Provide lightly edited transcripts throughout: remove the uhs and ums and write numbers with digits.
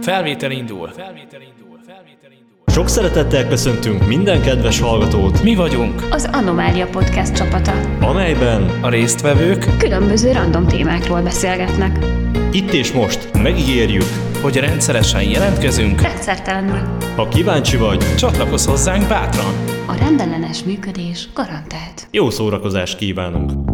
Felvétel indul. Sok szeretettel köszöntünk minden kedves hallgatót. Mi vagyunk az Anomália Podcast csapata, amelyben a résztvevők különböző random témákról beszélgetnek. itt és most megígérjük, hogy rendszeresen jelentkezünk. Rendszertelenül. ha kíváncsi vagy, Csatlakozz hozzánk bátran. A rendellenes működés garantált. jó szórakozást kívánunk!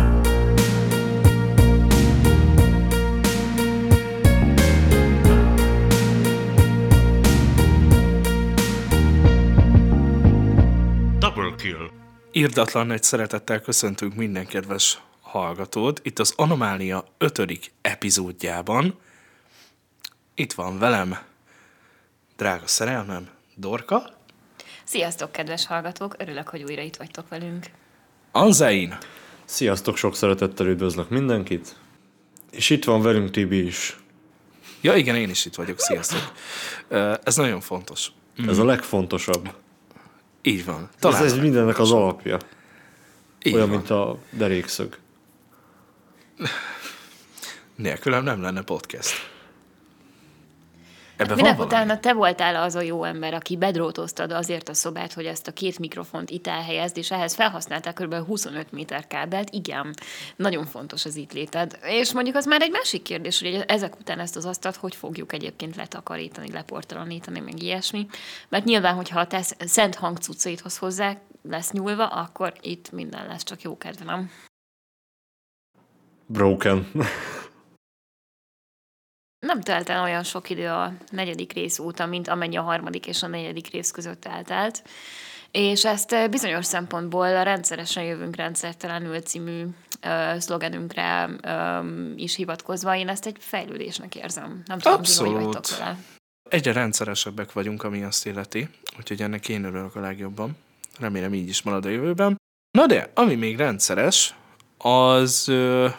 Double kill. Irdatlan nagy szeretettel köszöntünk minden kedves hallgatót itt az Anomália 5. epizódjában. Itt van velem, drága szerelmem, Dorka. Sziasztok, kedves hallgatók! Örülök, hogy újra itt vagytok velünk. Anzein. Sziasztok, sok szeretettel üdvözlök mindenkit. És itt van velünk Tibi is. Ja igen, én is itt vagyok, sziasztok. Ez nagyon fontos. Ez a legfontosabb. Így van. Ez mindennek az alapja. Így Olyan, van. mint a derékszög. Nélkülem nem lenne podcast. Ebben Minek van utána valami. te voltál az a jó ember, aki bedrótoztad azért a szobát, hogy ezt a 2 mikrofont itt elhelyezd, és ehhez felhasználtál kb. 25 méter kábelt. Igen, nagyon fontos az itt léted. És mondjuk az már egy másik kérdés, hogy ezek után ezt az asztalt hogy fogjuk egyébként letakarítani, leportalanítani, meg ilyesmi. Mert nyilván, hogyha a te szent hangcuccaidhoz hozzá lesz nyúlva, akkor itt minden lesz csak jó kedve, nem? Broken. Nem telt el olyan sok idő a 4. rész óta, mint amennyi a 3. és a 4. rész között eltelt. És ezt bizonyos szempontból rendszeresen jövünk rendszertelenül című szlogenünkre is hivatkozva, én ezt egy fejlődésnek érzem. Nem tudom, ti hogy vagytok vele. Egyre rendszeresebbek vagyunk, ami azt illeti, úgyhogy ennek én örülök a legjobban. Remélem így is marad a jövőben. Na de, ami még rendszeres, az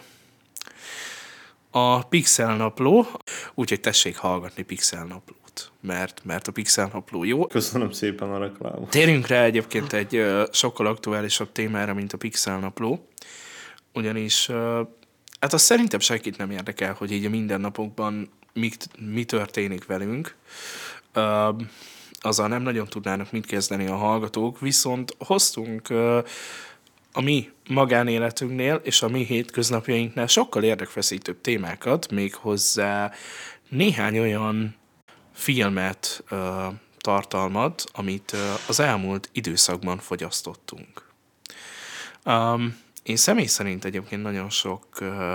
a Pixel Napló, úgyhogy tessék hallgatni Pixel Naplót, mert a Pixel Napló jó. Köszönöm szépen a reklámot. Térjünk rá egyébként egy sokkal aktuálisabb témára, mint a Pixel Napló, ugyanis hát azt szerintem senkit nem érdekel, hogy így a mindennapokban mi történik velünk. Azzal nem nagyon tudnának mit kezdeni a hallgatók, viszont hoztunk a mi magánéletünknél és a mi hétköznapjainknál sokkal érdekfeszítőbb témákat, méghozzá néhány olyan filmet tartalmat, amit az elmúlt időszakban fogyasztottunk. Én személy szerint egyébként nagyon sok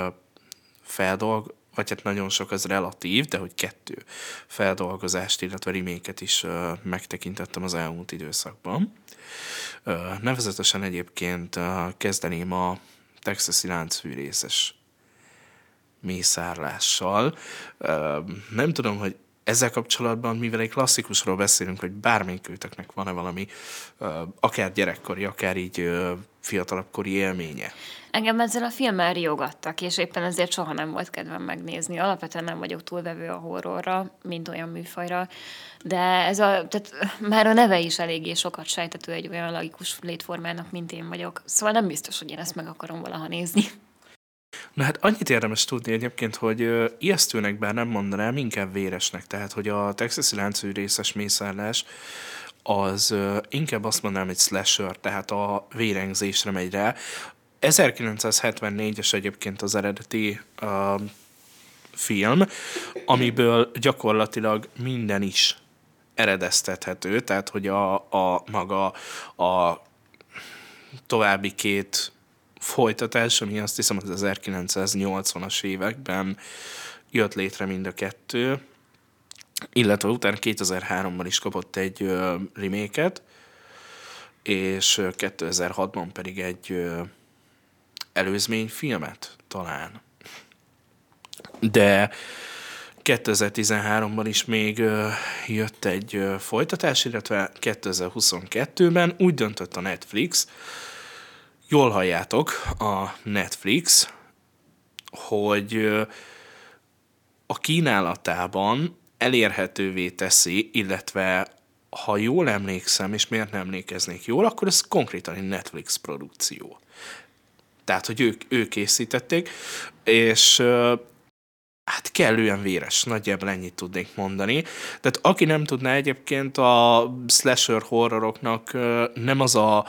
vagy hát nagyon sok az relatív, de hogy 2 feldolgozást, illetve reméket is megtekintettem az elmúlt időszakban. Nevezetesen egyébként kezdeném a texasi láncfűrészes mészárlással. Nem tudom, hogy ezzel kapcsolatban, mivel egy klasszikusról beszélünk, hogy bármelyikőtöknek van-e valami akár gyerekkori, akár így fiatalabbkori élménye. Engem ezzel a filmmel riogattak, és éppen ezért soha nem volt kedvem megnézni. Alapvetően nem vagyok túlvevő a horrorra, mint olyan műfajra, de tehát már a neve is eléggé sokat sejtető egy olyan logikus létformának, mint én vagyok. Szóval nem biztos, hogy én ezt meg akarom valaha nézni. Na hát annyit érdemes tudni egyébként, hogy ijesztőnek bár nem mondanám, inkább véresnek. Tehát, hogy a texasi láncfűrészes mészárlás az inkább azt mondanám egy slasher, tehát a vérengzésre megy rá. 1974-es egyébként az eredeti film, amiből gyakorlatilag minden is eredeztethető, tehát hogy a maga a további 2 folytatás, ami azt hiszem az 1980-as években jött létre mind a 2, illetve utána 2003-ban is kapott egy remake-et, és 2006-ban pedig egy előzményfilmet talán. De 2013-ban is még jött egy folytatás, illetve 2022-ben úgy döntött a Netflix, jól halljátok, a Netflix, hogy a kínálatában elérhetővé teszi, illetve ha jól emlékszem, és miért nem emlékeznék jól, akkor ez konkrétan egy Netflix produkció. Tehát, hogy ők készítették, és hát kellően véres, nagyjából ennyit tudnék mondani. Tehát aki nem tudná, egyébként a slasher horroroknak nem az a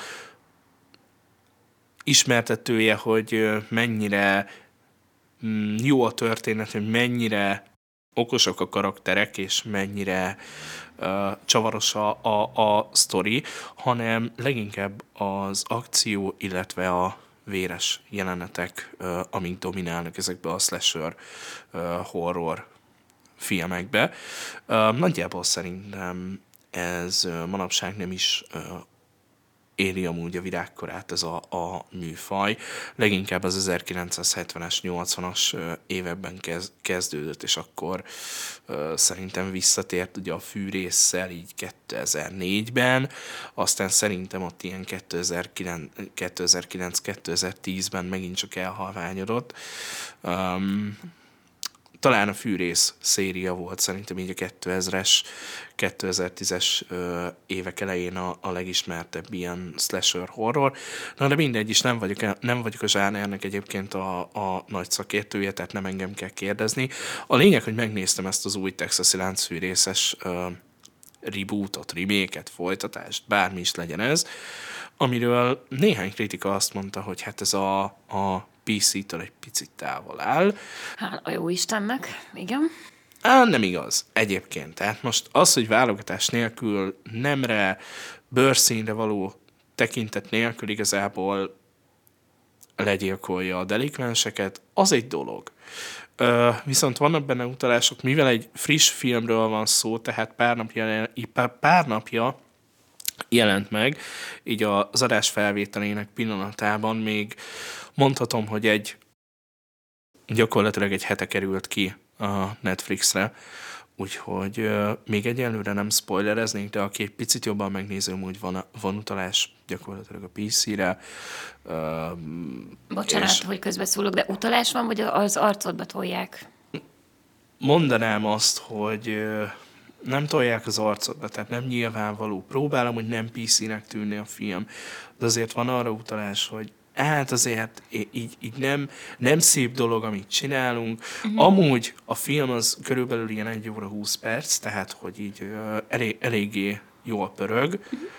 ismertetője, hogy mennyire jó a történet, hogy mennyire okosak a karakterek, és mennyire csavaros a sztori, hanem leginkább az akció, illetve a véres jelenetek, amik dominálnak ezekbe a slasher horror filmekbe. Nagyjából szerintem ez manapság nem is éri amúgy a virágkorát ez a műfaj. Leginkább az 1970-es, 80-as években kezdődött, és akkor szerintem visszatért ugye a fűrésszel így 2004-ben, aztán szerintem ott ilyen 2009-2010-ben megint csak elhalványodott. Talán a fűrész széria volt szerintem így a 2000-es, 2010-es évek elején a legismertebb ilyen slasher horror. Na de mindegy is, nem vagyok a zsánernek egyébként a nagy szakértője, tehát nem engem kell kérdezni. A lényeg, hogy megnéztem ezt az új texasi láncfűrészes rebootot, remake-et, folytatást, bármi is legyen ez, amiről néhány kritika azt mondta, hogy hát ez a PC-től egy picit távol áll. Hát a jó Istennek, igen. Nem igaz, egyébként. Tehát most az, hogy válogatás nélkül nemre, bőrszínre való tekintet nélkül igazából legyilkolja a delikvenseket, az egy dolog. Viszont vannak benne utalások, mivel egy friss filmről van szó, tehát pár napja jelent meg, így az adás felvételének pillanatában még mondhatom, hogy gyakorlatilag egy hete került ki a Netflixre, úgyhogy még egyelőre nem spoilereznék, de aki egy picit jobban megnéző, úgy van utalás gyakorlatilag a PC-re. Bocsánat, hogy közbeszólok, de utalás van, vagy az arcodba tolják? Mondanám azt, hogy nem tolják az arcodba, tehát nem nyilvánvaló. Próbálom, hogy nem PC-nek tűnni a film, de azért van arra utalás, hogy hát azért így nem szép dolog, amit csinálunk. Amúgy a film az körülbelül ilyen 1 óra 20 perc, tehát hogy így eléggé jól pörög.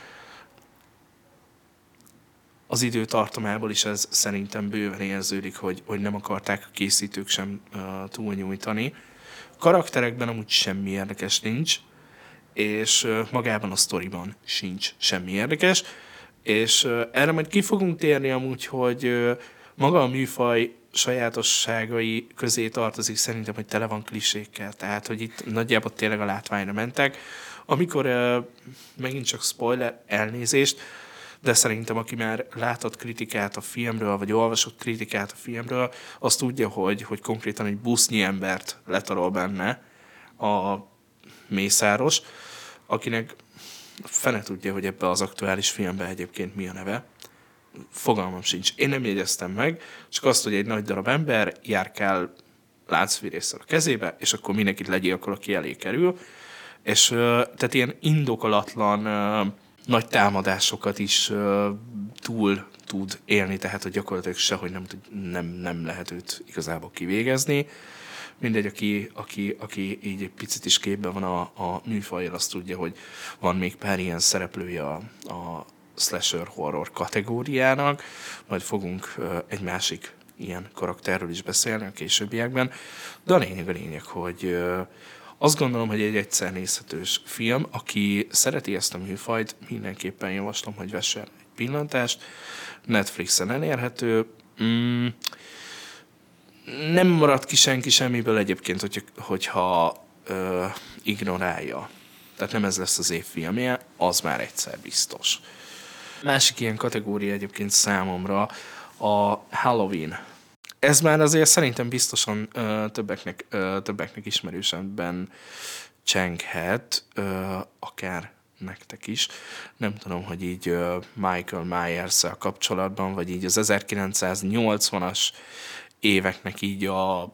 Az időtartamából is ez szerintem bőven érződik, hogy nem akarták a készítők sem túlnyújtani. A karakterekben amúgy semmi érdekes nincs, és magában a sztoriban sincs semmi érdekes, és erre majd ki fogunk térni amúgy, hogy maga a műfaj sajátosságai közé tartozik szerintem, hogy tele van klisékkel, tehát hogy itt nagyjából tényleg a látványra mentek. Amikor megint csak spoiler, elnézést, de szerintem aki már látott kritikát a filmről, vagy olvasott kritikát a filmről, az tudja, hogy konkrétan egy busznyi embert letarol benne a Mészáros, akinek fene tudja, hogy ebbe az aktuális filmben egyébként mi a neve. Fogalmam sincs. Én nem jegyeztem meg, csak azt, hogy egy nagy darab ember járkál láncfűrésszel a kezébe, és akkor mindenkit legyilkol, aki elé kerül. És tehát ilyen indokolatlan nagy támadásokat is túl tud élni, tehát hogy gyakorlatilag sehogy nem lehet őt igazából kivégezni. Mindegy, aki így egy picit is képben van a műfajjal, azt tudja, hogy van még pár ilyen szereplője a slasher horror kategóriának, majd fogunk egy másik ilyen karakterről is beszélni a későbbiekben, de a lényeg, hogy azt gondolom, hogy egy egyszer nézhetős film, aki szereti ezt a műfajt, mindenképpen javaslom, hogy vessen egy pillantást, Netflixen elérhető, nem marad ki senki semmiből egyébként, hogyha ignorálja. Tehát nem ez lesz az év filmje, az már egyszer biztos. Másik ilyen kategória egyébként számomra a Halloween. Ez már azért szerintem biztosan többeknek ismerősebben csenghet, akár nektek is. Nem tudom, hogy így Michael Myers-szel kapcsolatban, vagy így az 1980-as éveknek így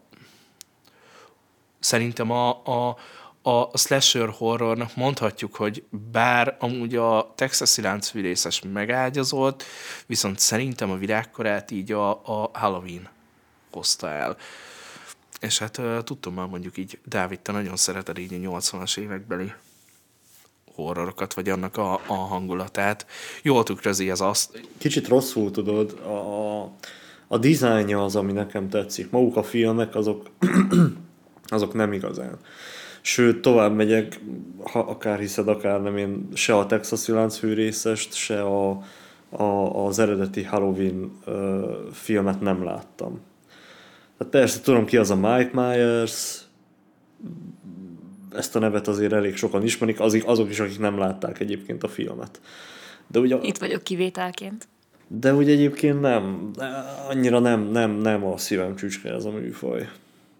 szerintem a slasher horrornak mondhatjuk, hogy bár amúgy a texasi láncfűrészes megágyazott, viszont szerintem a virágkorát így a Halloween hozta el. És hát tudtam már mondjuk így, Dávid, te nagyon szereted így a 80-as évekbeli horrorokat, vagy annak a hangulatát. Jól tükrözi ez azt. Kicsit rosszul tudod, a dizájnja az, ami nekem tetszik. Maguk a filmek, azok nem igazán. Sőt, tovább megyek, ha akár hiszed, akár nem, én se a Texasi láncfűrészest, se az eredeti Halloween filmet nem láttam. Hát persze tudom ki az a Mike Myers, ezt a nevet azért elég sokan ismerik, azok is, akik nem látták egyébként a filmet. De ugye, Itt vagyok kivételként. de ugye egyébként nem, annyira nem a szívem csücske ez a műfaj.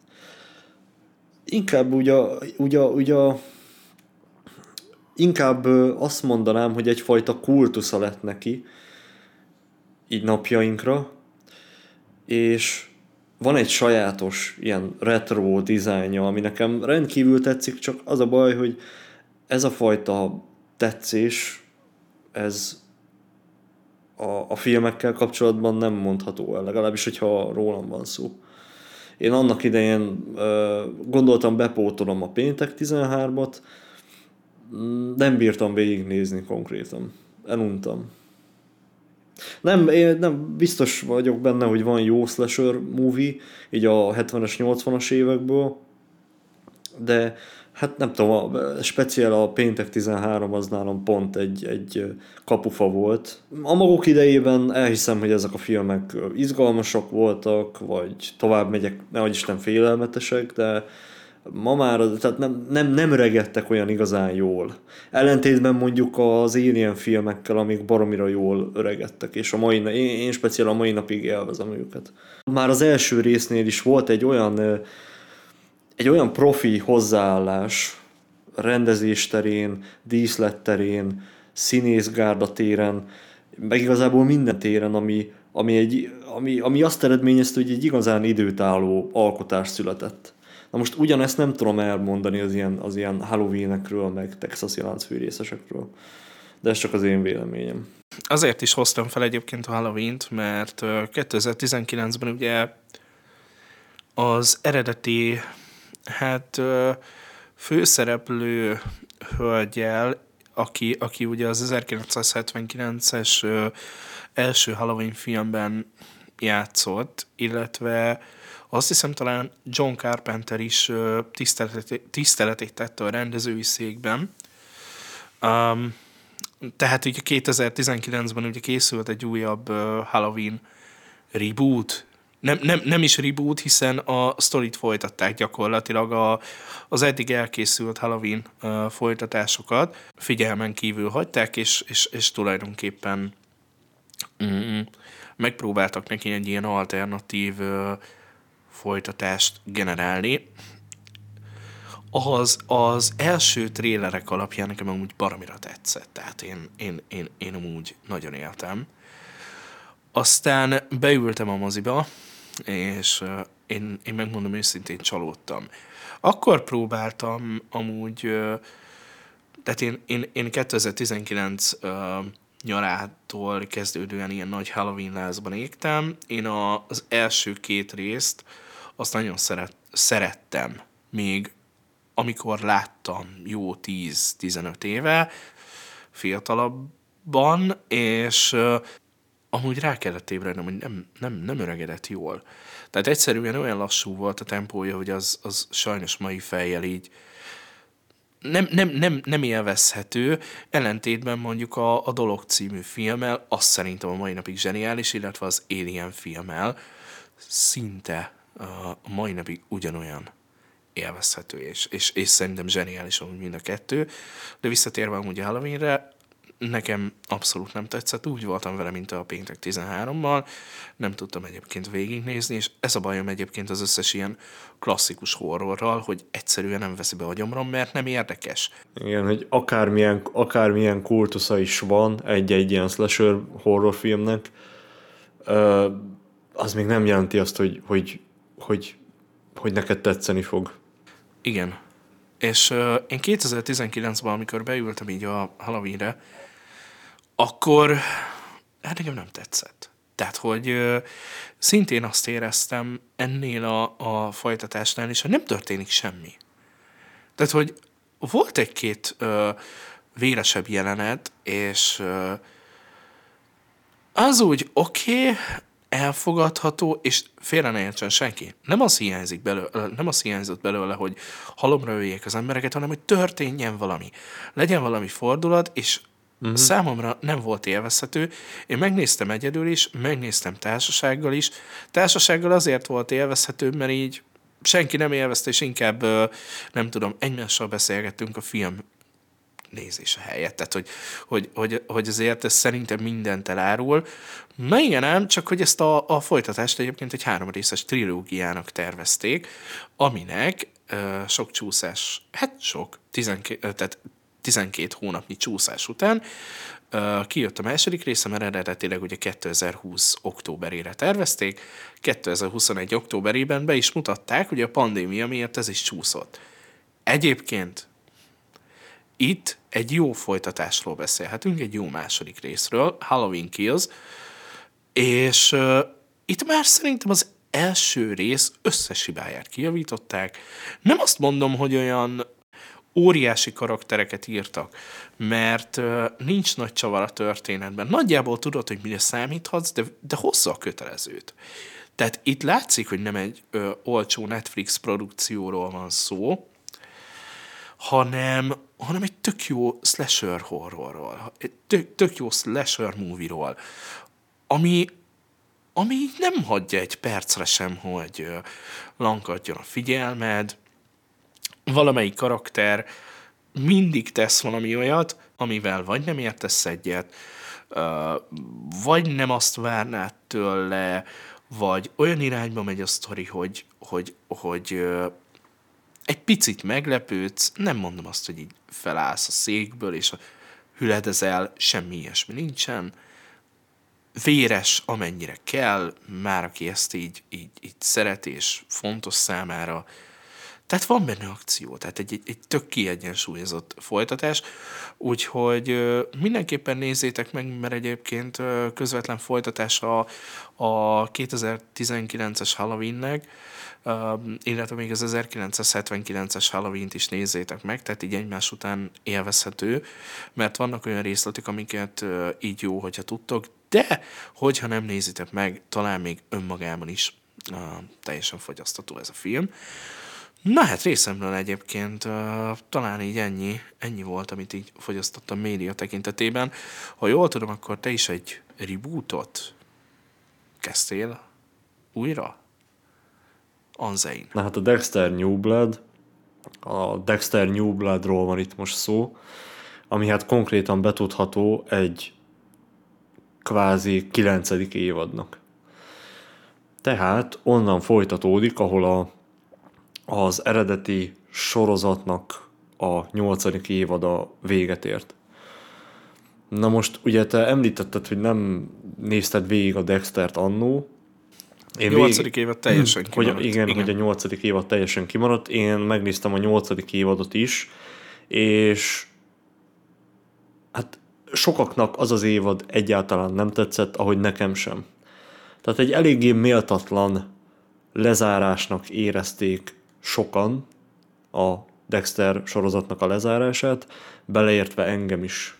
Inkább inkább azt mondanám, hogy egyfajta kultusza lett neki, így napjainkra, és van egy sajátos ilyen retro dizájnja, ami nekem rendkívül tetszik, csak az a baj, hogy ez a fajta tetszés, ez a filmekkel kapcsolatban nem mondható el, legalábbis, hogyha rólam van szó. Én annak idején gondoltam, bepótolom a Péntek 13-at, nem bírtam végignézni konkrétan. Eluntam. Én nem biztos vagyok benne, hogy van jó slasher movie, így a 70-es, 80-as évekből, de hát nem tudom, speciál a Péntek 13 az nálam pont egy kapufa volt. A maguk idejében elhiszem, hogy ezek a filmek izgalmasak voltak, vagy tovább megyek, nehogy Isten félelmetesek, de ma már tehát nem öregedtek olyan igazán jól. Ellentétben mondjuk az Alien filmekkel, amik baromira jól öregedtek, és én speciál a mai napig élvezem őket. Már az első résznél is volt egy olyan profi hozzáállás rendezés terén, díszlet terén, színészgárda téren, meg igazából minden téren, ami azt eredményezte, hogy egy igazán időtálló alkotás született. Na most ugyanezt nem tudom elmondani az ilyen Halloween-ekről, meg texasi láncfűrészesekről. De ez csak az én véleményem. Azért is hoztam fel egyébként a Halloween-t, mert 2019-ben ugye az eredeti főszereplő hölgyel, aki ugye az 1979-es első Halloween filmben játszott, illetve azt hiszem talán John Carpenter is tiszteletét tette a rendezői székben. Tehát ugye 2019-ben ugye készült egy újabb Halloween reboot. Nem is reboot, hiszen a sztorit folytatták gyakorlatilag, az eddig elkészült Halloween folytatásokat figyelmen kívül hagyták, és tulajdonképpen megpróbáltak neki egy ilyen alternatív folytatást generálni. Az első trélerek alapján nekem amúgy baromira tetszett, tehát én amúgy nagyon éltem. Aztán beültem a moziba, és én megmondom őszintén, csalódtam. Akkor próbáltam amúgy, tehát én 2019 nyarától kezdődően ilyen nagy Halloween lázban égtem. Én az első két részt azt nagyon szerettem, még amikor láttam jó 10-15 éve, fiatalabban, és amúgy rá kellett ébrednem, hogy nem öregedett jól. Tehát egyszerűen olyan lassú volt a tempója, hogy az sajnos mai fejjel így nem élvezhető, ellentétben mondjuk a Dolog című filmmel, azt szerintem a mai napig zseniális, illetve az Alien filmmel szinte a mai napig ugyanolyan élvezhető, és szerintem zseniális amúgy mind a kettő. De visszatérve amúgy a Halloweenre, nekem abszolút nem tetszett, úgy voltam vele, mint a Péntek 13-mal, nem tudtam egyébként végignézni, és ez a bajom egyébként az összes ilyen klasszikus horrorral, hogy egyszerűen nem veszi be a gyomrom, mert nem érdekes. Igen, hogy akármilyen kultusza is van egy ilyen slasher horrorfilmnek, az még nem jelenti azt, hogy neked tetszeni fog. Igen. És én 2019-ben, amikor beültem így a Halloweenre, akkor hát nekem nem tetszett. Tehát, hogy szintén azt éreztem ennél a folytatásnál is, hogy nem történik semmi. Tehát, hogy volt egy-két véresebb jelenet, és az úgy oké, elfogadható, és félre ne értsen senki. Nem az hiányzott belőle, hogy halomra öljék az embereket, hanem hogy történjen valami. Legyen valami fordulat, és számomra nem volt élvezhető. Én megnéztem egyedül is, megnéztem társasággal is. Társasággal azért volt élvezhető, mert így senki nem élvezte, és inkább, nem tudom, egymással beszélgettünk a film nézése helyett. Tehát, hogy azért ez szerintem mindent elárul. Na igen ám, csak hogy ezt a folytatást egyébként egy 3 részes trilógiának tervezték, aminek sok csúszás, sok, 12 hónapnyi csúszás után kijött a második része, mert eredetileg ugye 2020 októberére tervezték, 2021 októberében be is mutatták, ugye a pandémia miatt ez is csúszott. Egyébként itt egy jó folytatásról beszélhetünk, egy jó második részről, Halloween Kills, és itt már szerintem az első rész összes hibáját kijavították. Nem azt mondom, hogy olyan óriási karaktereket írtak, mert nincs nagy csavar a történetben. Nagyjából tudod, hogy mire számíthatsz, de hozza a kötelezőt. Tehát itt látszik, hogy nem egy olcsó Netflix produkcióról van szó, hanem egy tök jó slasher horrorról, egy tök jó slasher movie-ról, ami nem hagyja egy percre sem, hogy lankadjon a figyelmed. Valamelyik karakter mindig tesz valami olyat, amivel vagy nem értesz egyet, vagy nem azt várnád tőle, vagy olyan irányba megy a sztori, hogy egy picit meglepődsz, nem mondom azt, hogy így felállsz a székből, és hüledezel, semmi ilyesmi nincsen. Véres, amennyire kell, már aki ezt így szeret és fontos számára. Tehát van benne akció, tehát egy tök kiegyensúlyozott folytatás, úgyhogy mindenképpen nézzétek meg, mert egyébként közvetlen folytatás a 2019-es Halloweennek, illetve még az 1979-es Halloween-t is nézzétek meg, tehát így egymás után élvezhető, mert vannak olyan részletek, amiket így jó, hogyha tudtok, de hogyha nem nézitek meg, talán még önmagában is teljesen fogyasztható ez a film. Na hát részemről egyébként talán így ennyi volt, amit így fogyasztottam média tekintetében. Ha jól tudom, akkor te is egy rebootot kezdtél újra? Anzein. Na hát a Dexter New Bloodról van itt most szó, ami hát konkrétan betudható egy kvázi 9. évadnak. Tehát onnan folytatódik, ahol az eredeti sorozatnak a 8. évada véget ért. Na most ugye te említetted, hogy nem nézted végig a Dextert annó. 8. évad teljesen kimaradt. Igen, hogy a 8. évad teljesen kimaradt. Én megnéztem a 8. évadot is, és hát sokaknak az az évad egyáltalán nem tetszett, ahogy nekem sem. Tehát egy eléggé méltatlan lezárásnak érezték sokan a Dexter sorozatnak a lezárását, beleértve engem is.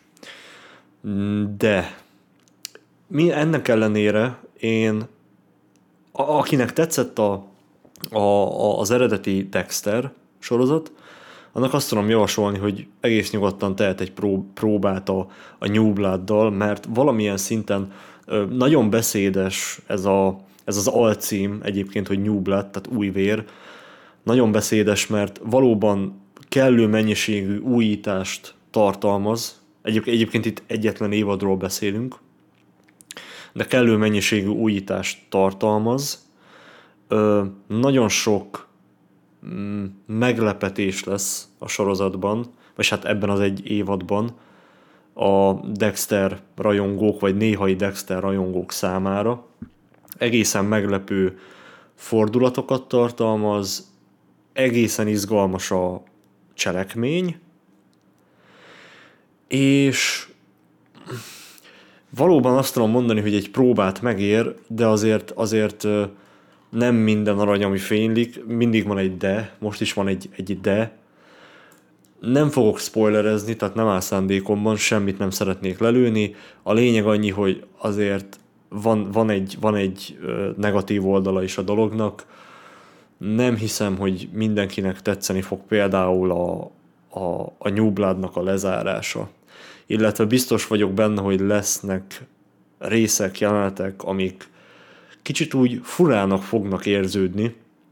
De ennek ellenére én, akinek tetszett az eredeti Dexter sorozat, annak azt tudom javasolni, hogy egész nyugodtan tehet egy próbát a New Blood-dal, mert valamilyen szinten nagyon beszédes ez az alcím egyébként, hogy New Blood, tehát új vér. Nagyon beszédes, mert valóban kellő mennyiségű újítást tartalmaz. Egyébként itt egyetlen évadról beszélünk, de kellő mennyiségű újítást tartalmaz. Nagyon sok meglepetés lesz a sorozatban, vagy hát ebben az egy évadban a Dexter rajongók, vagy néhai Dexter rajongók számára. Egészen meglepő fordulatokat tartalmaz, egészen izgalmas a cselekmény, és valóban azt tudom mondani, hogy egy próbát megér, de azért nem minden arany, ami fénylik, mindig van egy de, most is van egy de. Nem fogok spoilerezni, tehát nem áll szándékomban, semmit nem szeretnék lelőni. A lényeg annyi, hogy azért van egy negatív oldala is a dolognak. Nem hiszem, hogy mindenkinek tetszeni fog például a New Bloodnak a lezárása. Illetve biztos vagyok benne, hogy lesznek részek, jelenetek, amik kicsit úgy furának fognak érződni.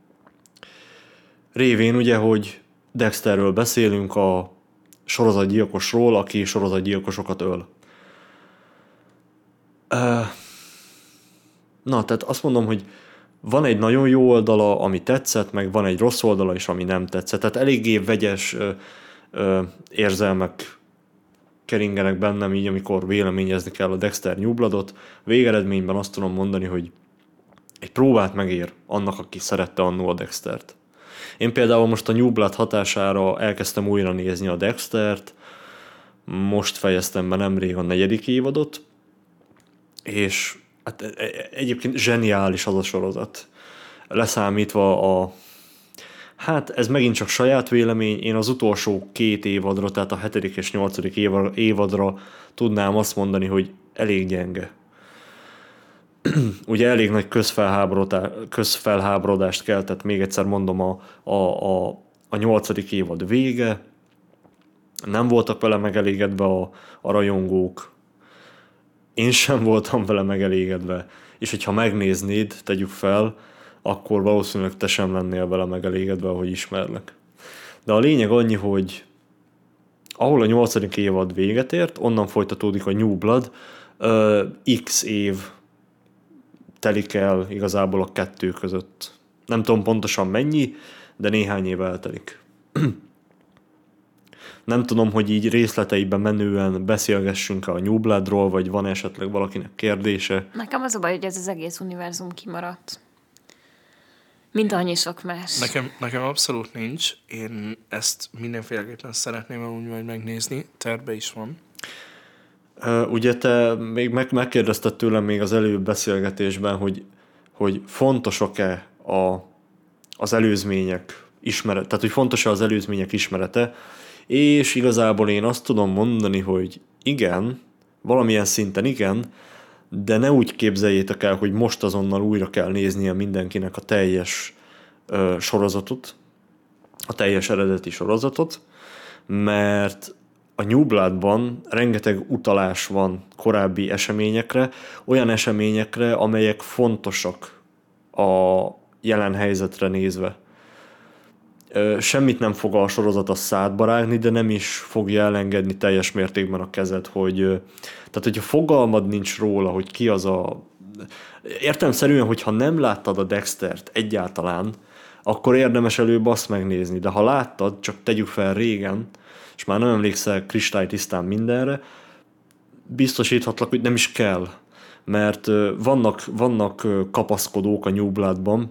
Révén ugye, hogy Dexterről beszélünk, a sorozatgyilkosról, aki sorozatgyilkosokat öl. Na, tehát azt mondom, hogy van egy nagyon jó oldala, ami tetszett, meg van egy rossz oldala is, ami nem tetszett. Tehát eléggé vegyes érzelmek keringenek bennem így, amikor véleményezni kell a Dexter New Bloodot. Végeredményben azt tudom mondani, hogy egy próbát megér annak, aki szerette annó a Dextert. Én például most a New Blood hatására elkezdtem újra nézni a Dextert, most fejeztem be nemrég a 4. évadot, és hát egyébként zseniális az a sorozat. Leszámítva hát ez megint csak saját vélemény, én az utolsó 2 évadra, tehát a 7. és 8. évadra tudnám azt mondani, hogy elég gyenge. Ugye elég nagy közfelháborodást keltett, még egyszer mondom, a 8. évad vége. Nem voltak vele megelégedve a rajongók. Én sem voltam vele megelégedve. És hogyha megnéznéd, tegyük fel, akkor valószínűleg te sem lennél vele megelégedve, ahogy ismerlek. De a lényeg annyi, hogy ahol a 8. évad véget ért, onnan folytatódik a New Blood, x év telik el igazából a 2 között. Nem tudom pontosan mennyi, de néhány év eltelik. Nem tudom, hogy így részleteiben menően beszélgessünk a New Bloodról, vagy van esetleg valakinek kérdése. Nekem az a baj, hogy ez az egész univerzum kimaradt. Mint annyi sok más. Nekem abszolút nincs. Én ezt mindenféleképpen szeretném úgy majd megnézni. Tervbe is van. Ugye te még megkérdezted tőlem még az előbb beszélgetésben, hogy fontosak-e az előzmények ismerete, tehát hogy fontos-e az előzmények ismerete, és igazából én azt tudom mondani, hogy igen, valamilyen szinten igen, de ne úgy képzeljétek el, hogy most azonnal újra kell néznie mindenkinek a teljes sorozatot, a teljes eredeti sorozatot, mert a New Bloodban rengeteg utalás van korábbi eseményekre, olyan eseményekre, amelyek fontosak a jelen helyzetre nézve. Semmit nem fog a sorozat a szádba rágni, de nem is fogja elengedni teljes mértékben a kezed, tehát hogyha fogalmad nincs róla, hogy ki az értelemszerűen, hogyha nem láttad a Dextert egyáltalán, akkor érdemes előbb azt megnézni, de ha láttad, csak tegyük fel régen, és már nem emlékszel kristálytisztán mindenre, biztosíthatlak, hogy nem is kell, mert vannak kapaszkodók a New Bloodban,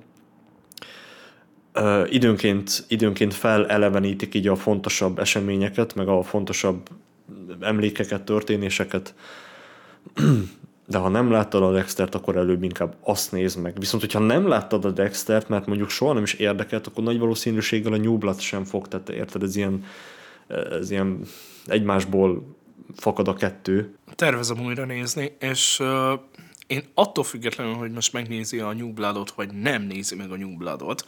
időnként felelevenítik így a fontosabb eseményeket, meg a fontosabb emlékeket, történéseket, de ha nem láttad a Dextert, akkor előbb inkább azt nézd meg. Viszont, hogyha nem láttad a Dextert, mert mondjuk soha nem is érdekelt, akkor nagy valószínűséggel a New Blood sem fog, tehát érted, ez ilyen egymásból fakad a 2. Tervezem újra nézni, és én attól függetlenül, hogy most megnézi a New Bloodot, vagy nem nézi meg a New Bloodot,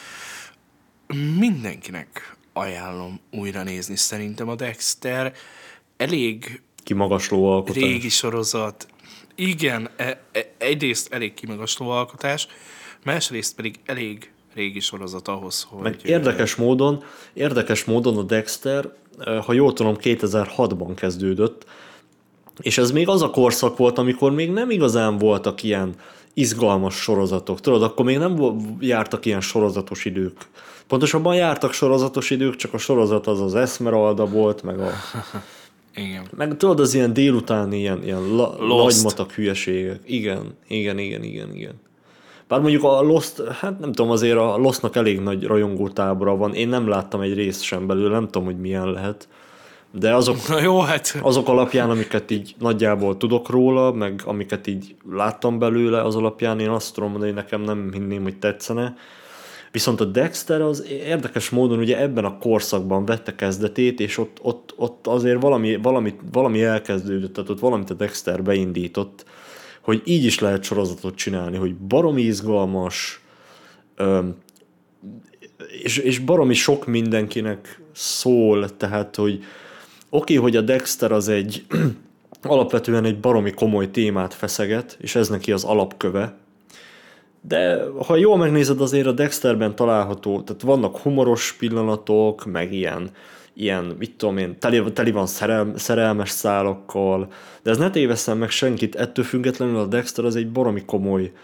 mindenkinek ajánlom újra nézni. Szerintem a Dexter elég kimagasló alkotás. Régi sorozat. Igen, egyrészt elég kimagasló alkotás, másrészt pedig elég régi sorozat ahhoz, hogy... Meg érdekes módon a Dexter, ha jól tudom, 2006-ban kezdődött, és ez még az a korszak volt, amikor még nem igazán voltak ilyen izgalmas sorozatok. Tudod, akkor még nem jártak ilyen sorozatos idők. Pontosabban jártak sorozatos idők, csak a sorozat az Esmeralda volt, meg Igen. Meg tudod, az ilyen délutáni ilyen lagymatak hülyeségek. Igen. Bár mondjuk a Lost, hát nem tudom, azért a Lostnak elég nagy rajongótábora van. Én nem láttam egy részt sem belőle, nem tudom, hogy milyen lehet. De Na jó, hát azok alapján, amiket így nagyjából tudok róla, meg amiket így láttam belőle, az alapján én azt tudom mondani, hogy nekem nem hinném, hogy tetszene. Viszont a Dexter az érdekes módon ugye ebben a korszakban vette kezdetét, és ott azért valami elkezdődött, tehát ott valamit a Dexter beindított, hogy így is lehet sorozatot csinálni, hogy baromi izgalmas, és baromi sok mindenkinek szól, tehát, hogy oké, hogy a Dexter az egy alapvetően egy baromi komoly témát feszeget, és ez neki az alapköve, de ha jól megnézed, azért a Dexterben található, tehát vannak humoros pillanatok, meg ilyen mit tudom én, teli van szerelmes szálakkal, de ez ne tévesszen meg senkit, ettől függetlenül a Dexter az egy baromi komoly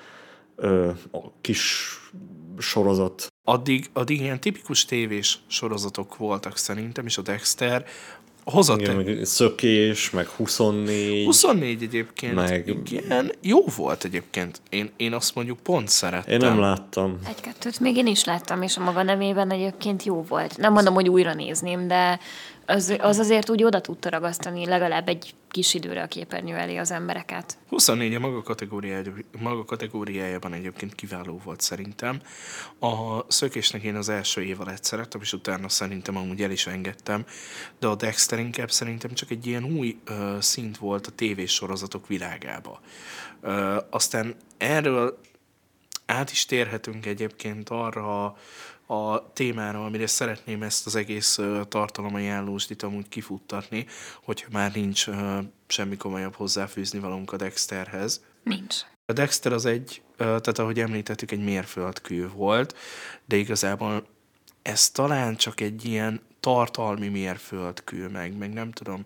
kis sorozat. addig ilyen tipikus tévés sorozatok voltak szerintem, és a Dexter hozott Igen, meg Szökés, meg 24. 24 egyébként, meg... igen, jó volt egyébként. Én azt mondjuk pont szerettem. Én nem láttam. Egy-kettőt még én is láttam, és a maga nevében egyébként jó volt. Nem mondom, hogy újra nézném, de az azért úgy oda tudta ragasztani legalább egy kis időre a képernyő elé az embereket. 24 a maga kategóriájában egyébként kiváló volt szerintem. A Szökésnek én az első év alatt szerettem, és utána szerintem amúgy el is engedtem, de a Dexter inkább szerintem csak egy ilyen új szint volt a tévésorozatok világába. Aztán erről át is térhetünk egyébként arra a témára, amire szeretném ezt az egész tartalomajánlósdit amúgy kifuttatni, hogyha már nincs semmi komolyabb hozzáfűzni valónk a Dexterhez. Nincs. A Dexter az tehát ahogy említettük, egy mérföldkő volt, de igazából ez talán csak egy ilyen tartalmi mérföldkő, meg nem tudom,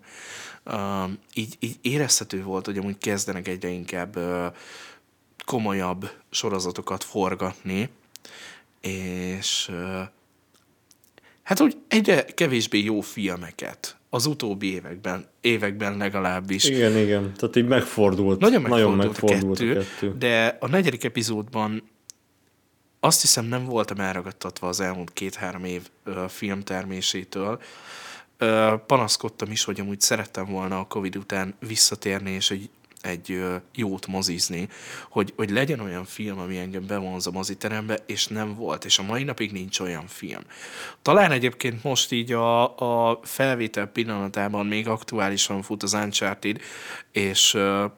így érezhető volt, hogy amúgy kezdenek egyre inkább komolyabb sorozatokat forgatni, és hát úgy egyre kevésbé jó filmeket az utóbbi években legalábbis. Igen. Tehát így megfordult. Nagyon megfordult a kettő. De a 4. epizódban azt hiszem nem voltam elragadtatva az elmúlt 2-3 év filmtermésétől. Panaszkodtam is, hogy amúgy szerettem volna a Covid után visszatérni, és egy jót mozizni, hogy legyen olyan film, ami engem bevonz a moziterembe, és nem volt, és a mai napig nincs olyan film. Talán egyébként most így a felvétel pillanatában még aktuálisan fut az Uncharted, és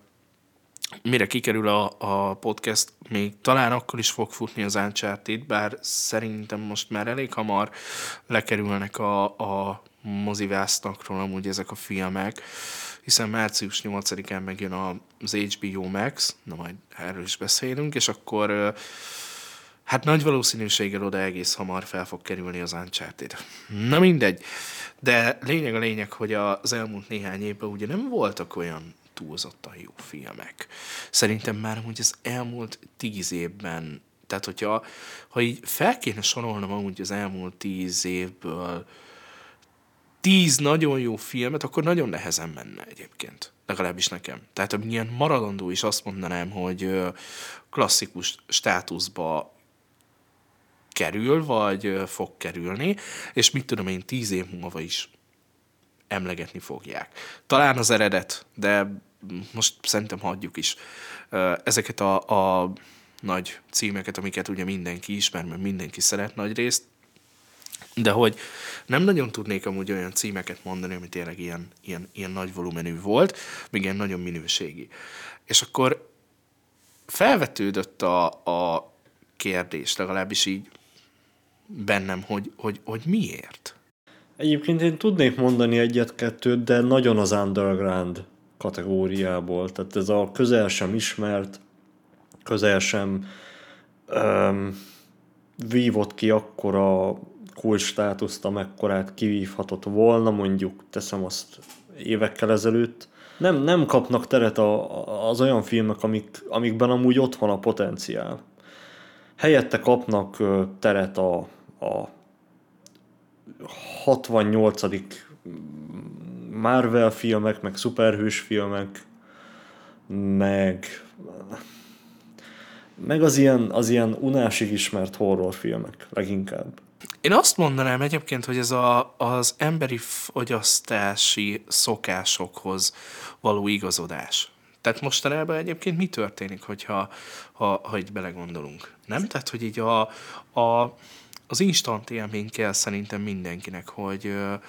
mire kikerül a podcast, még talán akkor is fog futni az Uncharted, bár szerintem most már elég hamar lekerülnek a mozivásztakról amúgy ezek a filmek, hiszen március 8-án megjön az HBO Max, na majd erről is beszélünk, és akkor hát nagy valószínűséggel oda egész hamar fel fog kerülni az Uncharted. Na mindegy, de lényeg a lényeg, hogy az elmúlt néhány évben ugye nem voltak olyan túlzottan jó filmek. Szerintem már amúgy az elmúlt 10 évben, tehát ha így fel kéne sorolnom amúgy az elmúlt 10 évből 10 nagyon jó filmet, akkor nagyon nehezen menne egyébként. Legalábbis nekem. Tehát ilyen maradandó is azt mondanám, hogy klasszikus státuszba kerül, vagy fog kerülni, és mit tudom én, 10 év múlva is emlegetni fogják. Talán az eredet, de most szerintem hagyjuk is ezeket a nagy címeket, amiket ugye mindenki ismer, mert mindenki szeret nagy részt, de hogy nem nagyon tudnék amúgy olyan címeket mondani, ami tényleg ilyen nagy volumenű volt, még ilyen nagyon minőségi. És akkor felvetődött a kérdés, legalábbis így bennem, hogy miért? Egyébként én tudnék mondani egyet-kettőt, de nagyon az underground kategóriából. Tehát ez a közel sem ismert, közel sem vívott ki akkora cool státuszt, amekkorát kivívhatott volna, mondjuk teszem azt évekkel ezelőtt. Nem kapnak teret az olyan filmek, amikben amúgy ott van a potenciál. Helyette kapnak teret a 68. Marvel filmek, meg szuperhős filmek, meg az ilyen unásig ismert horrorfilmek leginkább. Én azt mondanám egyébként, hogy ez az emberi fogyasztási szokásokhoz való igazodás. Tehát mostanában egyébként mi történik, ha így belegondolunk? Nem? Tehát, hogy így az instant élmény kell szerintem mindenkinek, hogy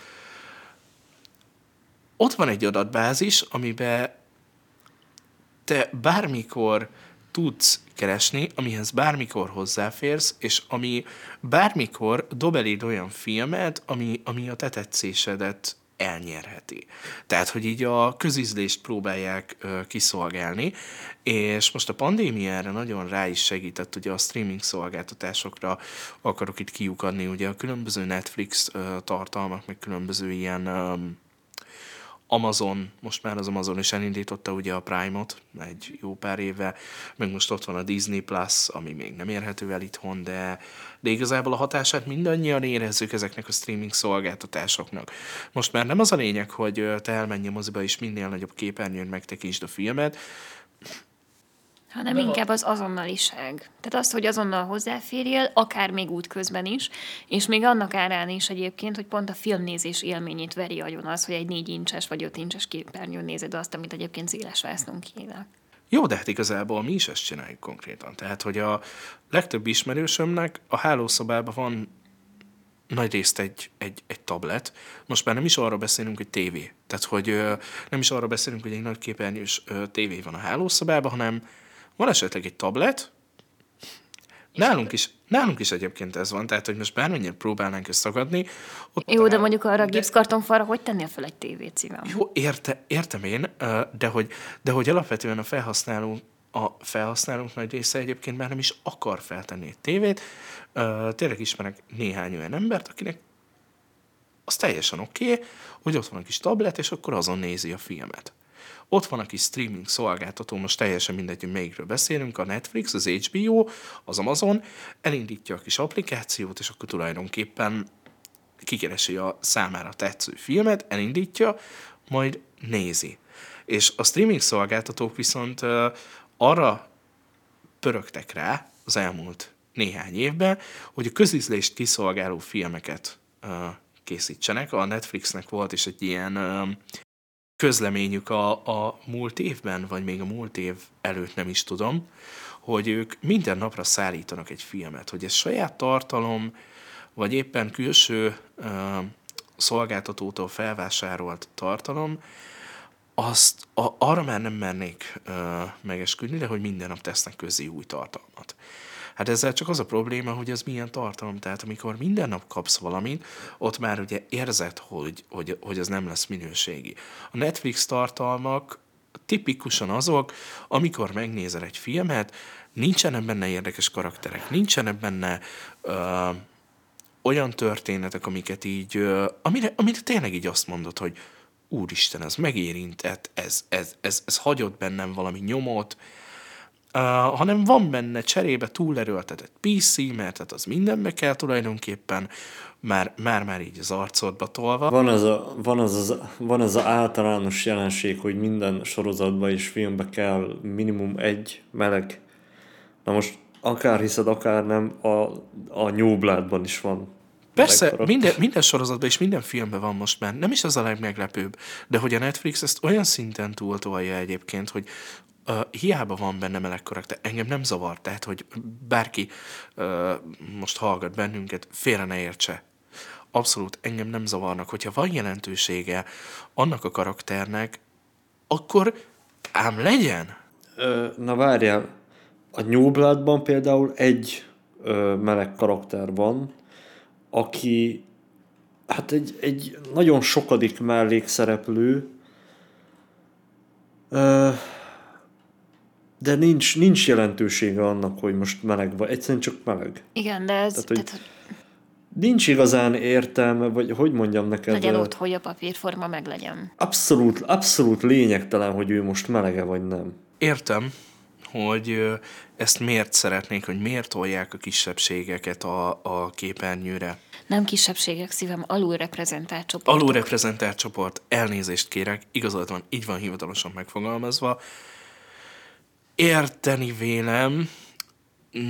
ott van egy adatbázis, amiben te bármikor tudsz keresni, amihez bármikor hozzáférsz, és ami bármikor dob eléd olyan filmet, ami a te tetszésedet elnyerheti. Tehát, hogy így a közízlést próbálják kiszolgálni, és most a pandémia erre nagyon rá is segített, ugye a streaming szolgáltatásokra akarok itt kiukadni, ugye a különböző Netflix tartalmak, meg különböző ilyen Amazon, most már az Amazon is elindította ugye a Prime-ot egy jó pár éve, meg most ott van a Disney Plus, ami még nem érhető el itthon, de igazából a hatását mindannyian érezzük ezeknek a streaming szolgáltatásoknak. Most már nem az a lényeg, hogy te elmenj a moziba és minél nagyobb képernyőn megtekintsd a filmet, hanem inkább az azonnaliság. Tehát az, hogy azonnal hozzáférjél, akár még útközben is, és még annak árán is egyébként, hogy pont a filmnézés élményét veri agyon az, hogy egy 4 incses vagy 5 incses képernyőn nézed azt, amit egyébként széles vásznon kéne. Jó, de hát igazából mi is ezt csináljuk konkrétan. Tehát, hogy a legtöbb ismerősömnek a hálószobában van nagyrészt egy tablet. Most már nem is arra beszélünk, hogy tévé. Tehát, hogy nem is arra beszélünk, hogy egy nagy képernyős tévé van a hálószobában, hanem van esetleg egy tablet. Nálunk is egyébként ez van, tehát, hogy most bármennyire próbálnánk ezt tagadni. Jó, de mondjuk arra a gipszkartonfalra hogy tennél fel egy tévét, szívem? Jó, értem én, de hogy alapvetően a felhasználók nagy része egyébként már nem is akar feltenni egy tévét. Tényleg ismerek néhány olyan embert, akinek az teljesen oké, hogy ott van a kis tablet, és akkor azon nézi a filmet. Ott van a kis streaming szolgáltató, most teljesen mindegy, hogy melyikről beszélünk, a Netflix, az HBO, az Amazon, elindítja a kis applikációt, és akkor tulajdonképpen kikeresi a számára tetsző filmet, elindítja, majd nézi. És a streaming szolgáltatók viszont arra pörögtek rá az elmúlt néhány évben, hogy a közízlést kiszolgáló filmeket készítsenek. A Netflixnek volt is egy ilyen közleményük a múlt évben, vagy még a múlt év előtt, nem is tudom, hogy ők minden napra szállítanak egy filmet, hogy ez saját tartalom, vagy éppen külső szolgáltatótól felvásárolt tartalom, arra már nem mernék megesküdni, de hogy minden nap tesznek közé új tartalmat. Hát ezzel csak az a probléma, hogy ez milyen tartalom. Tehát amikor minden nap kapsz valamit, ott már ugye érzed, hogy ez nem lesz minőségi. A Netflix tartalmak tipikusan azok, amikor megnézel egy filmet, nincsenek benne érdekes karakterek, nincsenek benne olyan történetek, amiket így, amire tényleg így azt mondod, hogy úristen, ez megérintett, ez hagyott bennem valami nyomot, hanem van benne cserébe túlerőltetett PC, mert hát az mindenbe kell tulajdonképpen, már így az arcodba tolva. Van az általános jelenség, hogy minden sorozatban és filmbe kell minimum egy meleg. Na most akár hiszed, akár nem, a New Bloodban is van. Persze, minden sorozatban és minden filmben van most már. Nem is az a legmeglepőbb, de hogy a Netflix ezt olyan szinten túltolja egyébként, hogy hiába van benne meleg karakter, engem nem zavar, tehát, hogy bárki most hallgat bennünket, félre ne értse. Abszolút engem nem zavarnak, hogyha van jelentősége annak a karakternek, akkor ám legyen. Na várjál, a New Bloodban például egy meleg karakter van, aki hát egy nagyon sokadik mellékszereplő, de nincs jelentősége annak, hogy most meleg vagy. Egyszerűen csak meleg. Igen, de ez... Tehát, nincs igazán értelme, vagy hogy mondjam neked... Legyen ott, hogy a papírforma meg legyen. Abszolút lényegtelen, hogy ő most melege vagy nem. Értem, hogy ezt miért szeretnék, hogy miért tolják a kisebbségeket a képernyőre. Nem kisebbségek, szívem, alulreprezentált csoport. Alulreprezentált csoport, elnézést kérek, igazad van, így van hivatalosan megfogalmazva. Érteni vélem,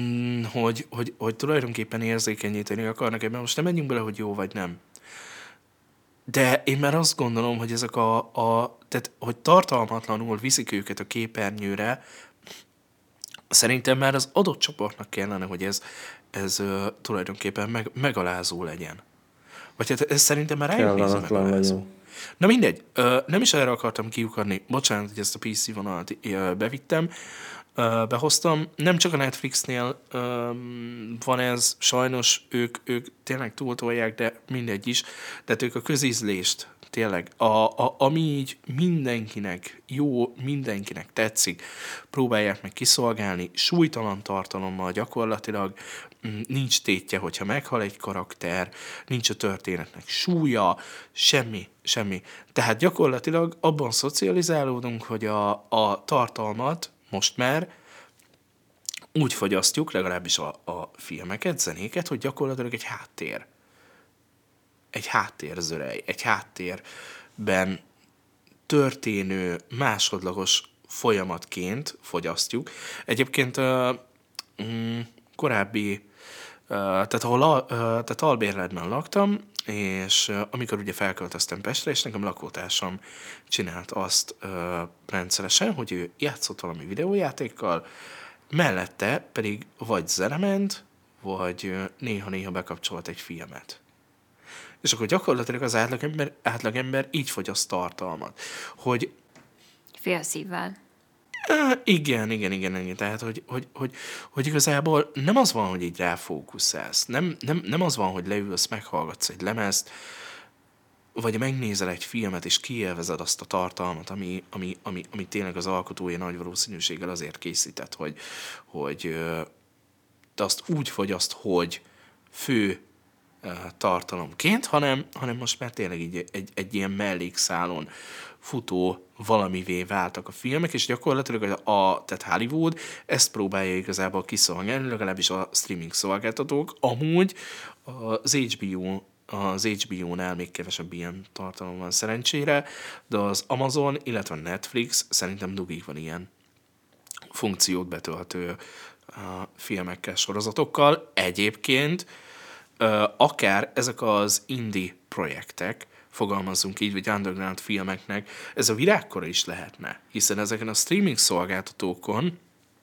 hogy tulajdonképpen érzékenyíteni akarnak ebben. Most nem menjünk bele, hogy jó vagy nem. De én már azt gondolom, hogy ezek tehát, hogy tartalmatlanul viszik őket a képernyőre, szerintem már az adott csoportnak kellene, hogy ez tulajdonképpen megalázó legyen. Vagy hát ez szerintem már rájönnéző megalázó. Na mindegy, nem is erre akartam kiukadni. Bocsánat, hogy ezt a PC vonalat bevittem, behoztam. Nem csak a Netflixnél van ez, sajnos ők tényleg túltolják, de mindegy is. Tehát ők a közízlést, tényleg, ami így mindenkinek jó, mindenkinek tetszik, próbálják meg kiszolgálni, súlytalan tartalommal gyakorlatilag, nincs tétje, hogyha meghal egy karakter, nincs a történetnek súlya, semmi. Tehát gyakorlatilag abban szocializálódunk, hogy a tartalmat most már úgy fogyasztjuk, legalábbis a filmeket, zenéket, hogy gyakorlatilag egy háttér. Egy háttérzörej, egy háttérben történő másodlagos folyamatként fogyasztjuk. Egyébként korábbi, tehát albérletben laktam, és amikor ugye felköltöztem Pestre, és nekem lakótársam csinált azt rendszeresen, hogy ő játszott valami videójátékkal, mellette pedig vagy zene ment, vagy néha-néha bekapcsolt egy filmet. És akkor gyakorlatilag az átlagember így fogyaszt tartalmat. Hogy félszívvel. Igen. Tehát, hogy igazából nem az van, hogy így ráfókuszálsz. Nem az van, hogy leülsz, meghallgatsz egy lemezt, vagy megnézel egy filmet, és kiélvezed azt a tartalmat, ami tényleg az alkotója nagy valószínűséggel azért készített, hogy te azt úgy fogyaszt, hogy fő tartalomként, hanem most már tényleg így egy ilyen mellékszálon futó valamivé váltak a filmek, és gyakorlatilag tehát Hollywood ezt próbálja igazából kiszolgálni, legalábbis a streaming szolgáltatók. Amúgy az HBO-nál még kevesebb ilyen tartalom van szerencsére, de az Amazon, illetve a Netflix szerintem dugig van ilyen funkciót betöltő filmekkel, sorozatokkal. Egyébként akár ezek az indie projektek, fogalmazzunk így, vagy underground filmeknek, ez a virágkora is lehetne, hiszen ezeken a streaming szolgáltatókon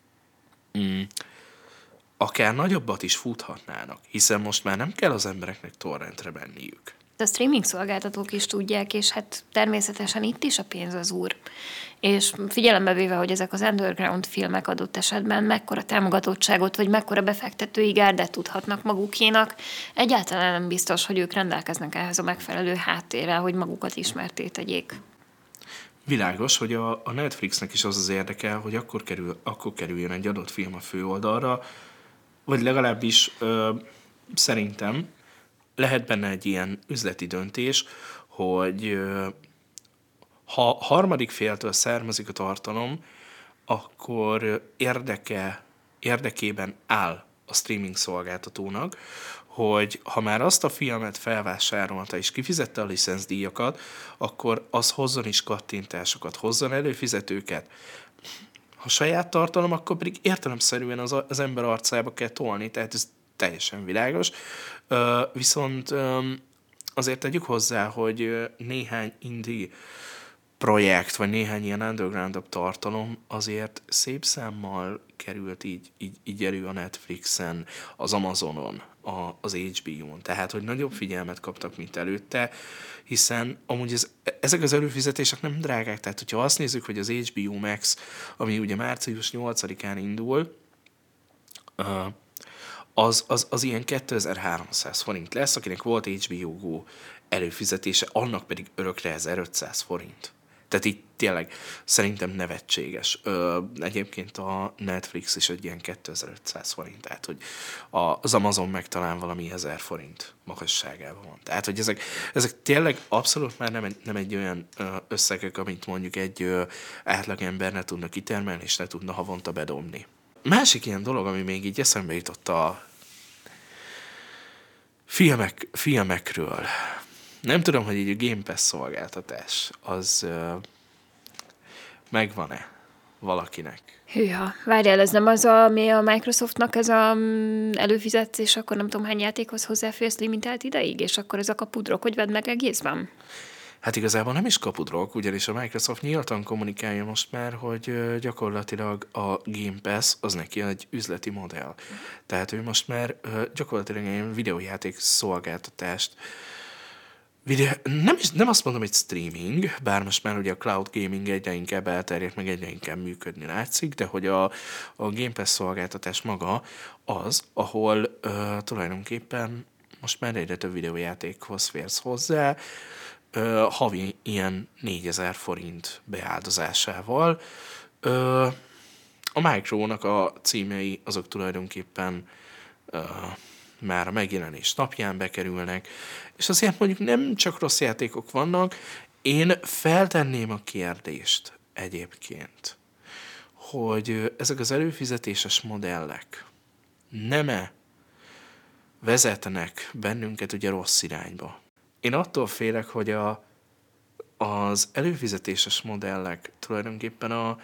akár nagyobbat is futhatnának, hiszen most már nem kell az embereknek torrentre menniük. A streaming szolgáltatók is tudják, és hát természetesen itt is a pénz az úr. És figyelembe véve, hogy ezek az underground filmek adott esetben mekkora támogatottságot, vagy mekkora befektetői gárdát tudhatnak magukénak, egyáltalán nem biztos, hogy ők rendelkeznek ehhez a megfelelő háttérrel, hogy magukat ismertté tegyék. Világos, hogy a Netflixnek is az az érdeke, hogy akkor kerüljön egy adott film a főoldalra, vagy legalábbis szerintem lehet benne egy ilyen üzleti döntés, hogy ha harmadik féltől származik a tartalom, akkor érdekében áll a streaming szolgáltatónak, hogy ha már azt a filmet felvásárolta és kifizette a licenszdíjakat, akkor az hozzon is kattintásokat, hozzon előfizetőket. Ha saját tartalom, akkor pedig értelemszerűen az ember arcába kell tolni, tehát ez teljesen világos. Viszont azért tegyük hozzá, hogy néhány indie projekt, vagy néhány ilyen underground tartalom azért szép számmal került így elő a Netflixen, az Amazonon, az HBO-n. Tehát, hogy nagyobb figyelmet kaptak, mint előtte, hiszen amúgy ezek az előfizetések nem drágák. Tehát, hogyha azt nézzük, hogy az HBO Max, ami ugye március 8-án indul, az ilyen 2300 forint lesz, akinek volt HBO Go előfizetése, annak pedig örökre 1500 forint. Tehát így tényleg szerintem nevetséges. Egyébként a Netflix is egy ilyen 2500 forint, tehát hogy az Amazon meg talán valami 1000 forint magasságában van. Tehát, hogy ezek tényleg abszolút már nem egy olyan összegek, amit mondjuk egy átlagember ne tudna kitermelni, és ne tudna havonta bedobni. Másik ilyen dolog, ami még így eszembe jutott a filmekről. Nem tudom, hogy így a Game Pass szolgáltatás az megvan-e, valakinek. Hűha, várjál, ez nem az, ami a Microsoftnak ez a előfizetsz, és akkor nem tudom hány játékhoz hozzáférsz limitált ideig, és akkor ez a kapudrok, hogy vedd meg egészben? Hát igazából nem is kapudrok, ugyanis a Microsoft nyíltan kommunikálja most már, hogy gyakorlatilag a Game Pass az neki egy üzleti modell. Tehát ő most már gyakorlatilag egy videójáték szolgáltatást nem azt mondom, hogy streaming, bár most már ugye a cloud gaming egyre inkább elterjedt, meg egyre inkább működni látszik, de hogy a Game Pass szolgáltatás maga az, ahol tulajdonképpen most már egyre több videójátékhoz férsz hozzá, havi ilyen 4000 forint beáldozásával. A Micronak a címei azok tulajdonképpen már a megjelenés napján bekerülnek, és azért mondjuk nem csak rossz játékok vannak, én feltenném a kérdést egyébként, hogy ezek az előfizetéses modellek nem-e vezetnek bennünket ugye rossz irányba. Én attól félek, hogy az előfizetéses modellek tulajdonképpen a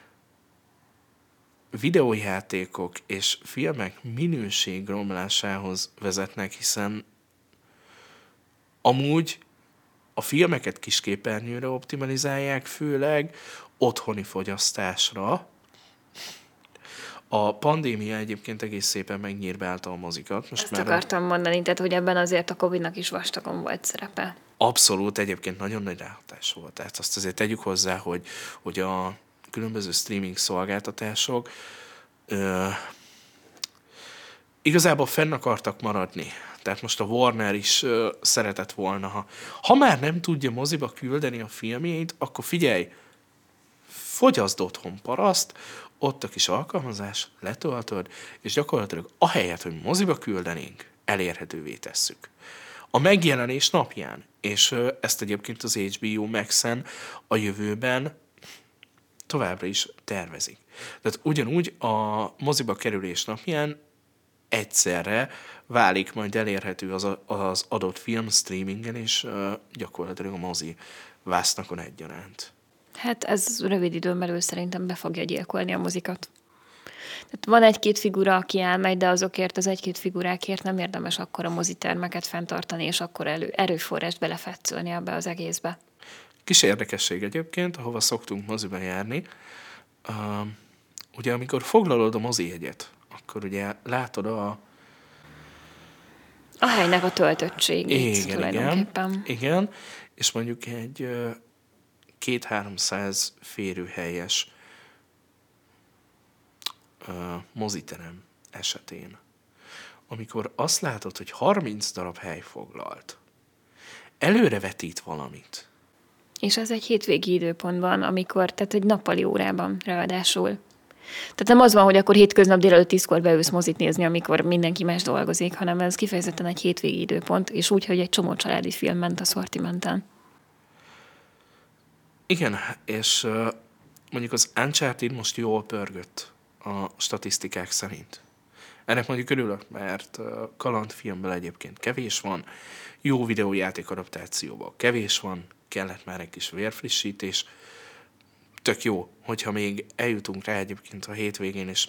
videójátékok és filmek minőségromlásához vezetnek, hiszen amúgy a filmeket kisképernyőre optimalizálják, főleg otthoni fogyasztásra. A pandémia egyébként egész szépen megnyírbálta a mozikat. Most Ezt már akartam mondani, tehát hogy ebben azért a Covid-nak is vastagon volt szerepe. Abszolút, egyébként nagyon nagy ráhatás volt. Tehát azt azért tegyük hozzá, hogy a különböző streaming szolgáltatások igazából fenn akartak maradni. Tehát most a Warner is szeretett volna, ha már nem tudja moziba küldeni a filmjeit, akkor figyelj, fogyaszd otthon paraszt, ott a kis alkalmazás, letöltöd, és gyakorlatilag ahelyett, hogy moziba küldenénk, elérhetővé tesszük. A megjelenés napján, és ezt egyébként az HBO Max-en a jövőben továbbra is tervezik. Tehát ugyanúgy a moziba kerülés napján egyszerre válik majd elérhető az adott film streamingen, és gyakorlatilag a mozi vásznakon egyaránt. Hát ez rövid időn belül szerintem be fogja gyilkolni a mozikat. Tehát van egy-két figura, aki elmegy, de azokért az egy-két figurákért nem érdemes akkor a mozitermeket fenntartani, és akkor erőforrást belefetszölni ebbe az egészbe. Kis érdekesség egyébként, ahova szoktunk moziba járni, ugye amikor foglalod a mozijegyet, akkor ugye látod a helynek a töltöttségét tulajdonképpen. Igen, és mondjuk egy 200-300 férőhelyes moziterem esetén, amikor azt látod, hogy 30 darab hely foglalt, előrevetít valamit. És ez egy hétvégi időpontban, tehát egy nappali órában ráadásul. Tehát nem az van, hogy akkor hétköznap délelőtt 10-kor beülsz mozit nézni, amikor mindenki más dolgozik, hanem ez kifejezetten egy hétvégi időpont, és úgy, hogy egy csomó családi film ment a szortimenten. Igen, és mondjuk az Uncharted most jól pörgött a statisztikák szerint. Ennek mondjuk örülök, mert kalandfilmből egyébként kevés van, jó videójáték adaptációban kevés van, kellett már egy kis vérfrissítés. Tök jó, hogyha még eljutunk rá egyébként a hétvégén, és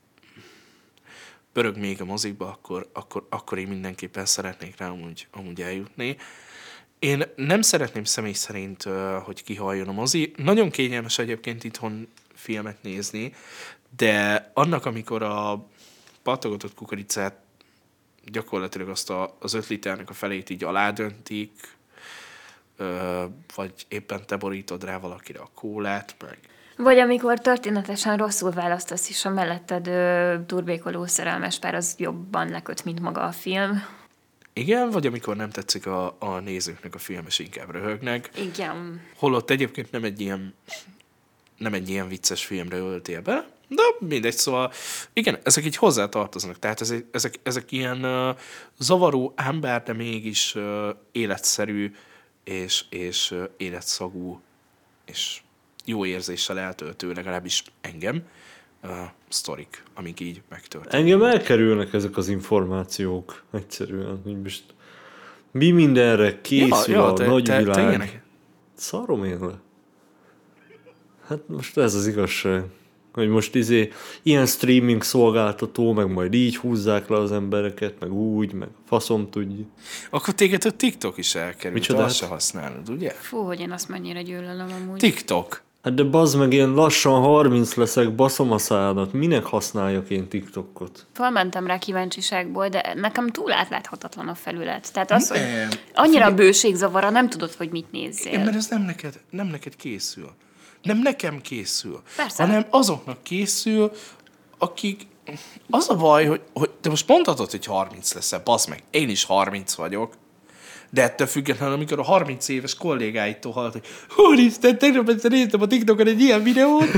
pörög még a mozikba, akkor én mindenképpen szeretnék rá amúgy eljutni. Én nem szeretném személy szerint, hogy kihalljon a mozi. Nagyon kényelmes egyébként itthon filmet nézni, de annak, amikor a pattogatott kukoricát gyakorlatilag azt az 5 liternek a felét így aládöntik, vagy éppen te borítod rá valakire a kólát, meg... Vagy amikor történetesen rosszul választasz, és a melletted turbékoló szerelmes pár az jobban leköt, mint maga a film. Igen, vagy amikor nem tetszik a nézőknek a film, és inkább röhögnek. Igen. Holott egyébként nem egy ilyen vicces filmre öltél be, de mindegy, szóval igen, ezek így hozzátartoznak, tehát ezek ilyen zavaró, ám bár, de mégis életszerű, és életszagú, és jó érzéssel eltöltő, legalábbis engem, sztorik, amik így megtörténnek. Engem elkerülnek ezek az információk egyszerűen, hogy most mi mindenre készül a nagyvilág. Szarom én le. Hát most ez az igazság. Hogy most ilyen streaming szolgáltató, meg majd így húzzák le az embereket, meg úgy, meg faszom tudja. Akkor téged a TikTok is elkerült, Micsodát? azt se használod, ugye? Fú, hogy én azt mennyire gyűlölöm amúgy. TikTok. Hát de bazd meg, én lassan 30 leszek, baszom a szádat. Minek használjak én TikTokot? Fölmentem rá kíváncsiságból, de nekem túl átláthatatlan a felület. Tehát az, hogy Nem. annyira a bőségzavara, nem tudod, hogy mit nézzél. Igen, mert ez nem neked készül. Nem nekem készül. Persze. Hanem azoknak készül, akik... Az a baj, hogy te most mondhatod, hogy 30 leszel, bazd meg, én is 30 vagyok, de ettől függetlenül, amikor a 30 éves kollégáitól hallott, hogy úristen, tegnap egyszer néztem a TikTokon egy ilyen videót.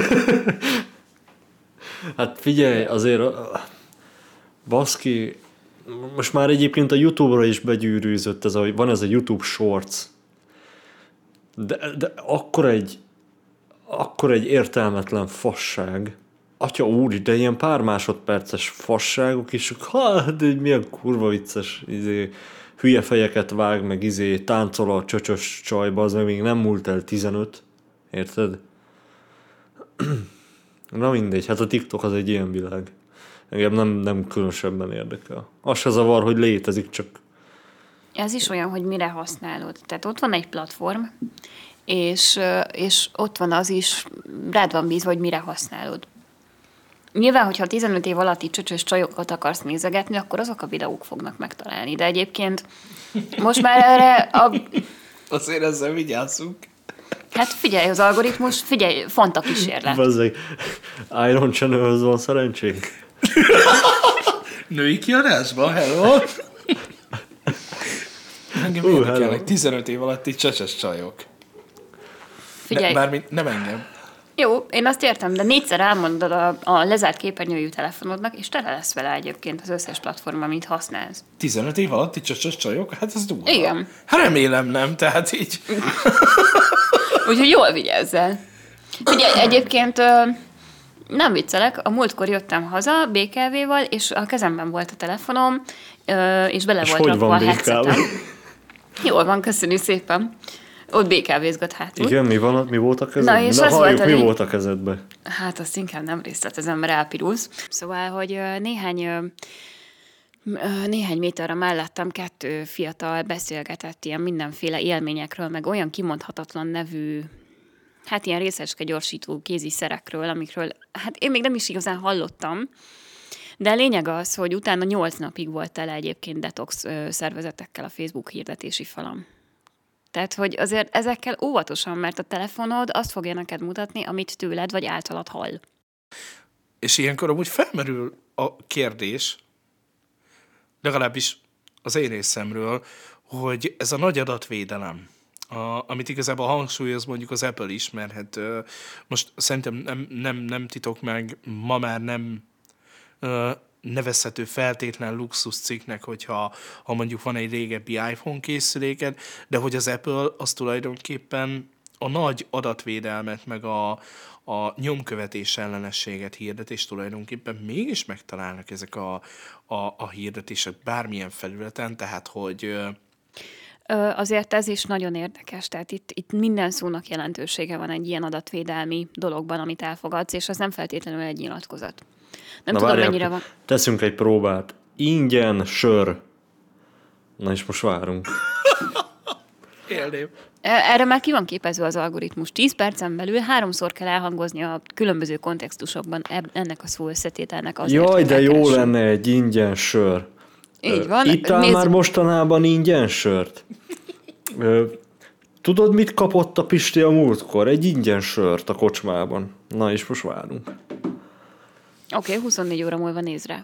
Hát figyelj, azért baszki, most már egyébként a YouTube-ra is begyűrűzött, van ez a YouTube Shorts. De akkor egy értelmetlen fasság. Atya úr, de ilyen pár másodperces fasságok is, de milyen kurva vicces, hülye fejeket vág, meg táncol a csöcsös csajba, az még nem múlt el 15, érted? Na mindegy, hát a TikTok az egy ilyen világ. Engem nem különösebben érdekel. Az se zavar, hogy létezik, csak... Ez is olyan, hogy mire használod. Tehát ott van egy platform, és ott van az is, rád van bízva, hogy mire használod. Nyilván, hogyha 15 év alatti csöcsös csajokat akarsz nézegetni, akkor azok a videók fognak megtalálni. De egyébként most már erre Azért ezzel vigyázzunk. Hát figyelj, az algoritmus, figyelj, fanta kísérlet. Bazzeg, Iron Channel-höz van szerencsénk? Női kiadásban, hello! Engem érdekelnek 15 év alatti csecses csajok. Figyelj. Bármint nem engem. Jó, én azt értem, de 4-szer elmondod a lezárt képernyőjű telefonodnak, és tele lesz vele egyébként az összes platform, amit használsz. 15 év alatti csecses csajok? Hát ez durva. Igen. Hát remélem nem, tehát így. Úgyhogy jól vigyázzel. Figyelj, egyébként nem viccelek, a múltkor jöttem haza BKV-val, és a kezemben volt a telefonom, és bele És volt hogy rakva van a BKV? headsetem. Jól van, köszönjük szépen. Ott BKV-zgat hátul. Igen, mi volt a kezedben? Na, és Na az halljuk, volt mi volt a kezedben? Hát azt inkább nem részletezem, mert elpirulsz. Szóval, hogy néhány méterre mellettem 2 fiatal beszélgetett ilyen mindenféle élményekről, meg olyan kimondhatatlan nevű, hát ilyen részecske gyorsító kézi szerekről, amikről hát én még nem is igazán hallottam, de a lényeg az, hogy utána 8 napig volt tele egyébként detox szervezetekkel a Facebook hirdetési falam. Tehát, hogy azért ezekkel óvatosan, mert a telefonod azt fogja neked mutatni, amit tőled vagy általad hall. És ilyenkor amúgy felmerül a kérdés, legalábbis az én részemről, hogy ez a nagy adatvédelem, amit igazából hangsúlyoz mondjuk az Apple is, mert hát most szerintem nem titok meg, ma már nem nevezhető feltétlen luxuscikknek, hogyha mondjuk van egy régebbi iPhone készüléked, de hogy az Apple az tulajdonképpen a nagy adatvédelmet, meg a nyomkövetés ellenességet hirdet, és tulajdonképpen mégis megtalálnak ezek a hirdetések bármilyen felületen, tehát hogy... Azért ez is nagyon érdekes, tehát itt minden szónak jelentősége van egy ilyen adatvédelmi dologban, amit elfogadsz, és az nem feltétlenül egy nyilatkozat. Nem tudom, várjál, mennyire van. Teszünk egy próbát. Ingyen sör. Na és most várunk. Élném. Erre már ki van képezve az algoritmus. 10 percen belül 3-szor kell elhangozni a különböző kontextusokban ennek a szó összetételnek. Azért, Jaj, hogy de jó megkeressen. lenne egy ingyen sör. Így van. Ittál már mostanában ingyen sört? Tudod, mit kapott a Pisti a múltkor? Egy ingyen sört a kocsmában. Na és most várunk. Oké, 24 óra múlva néz rá.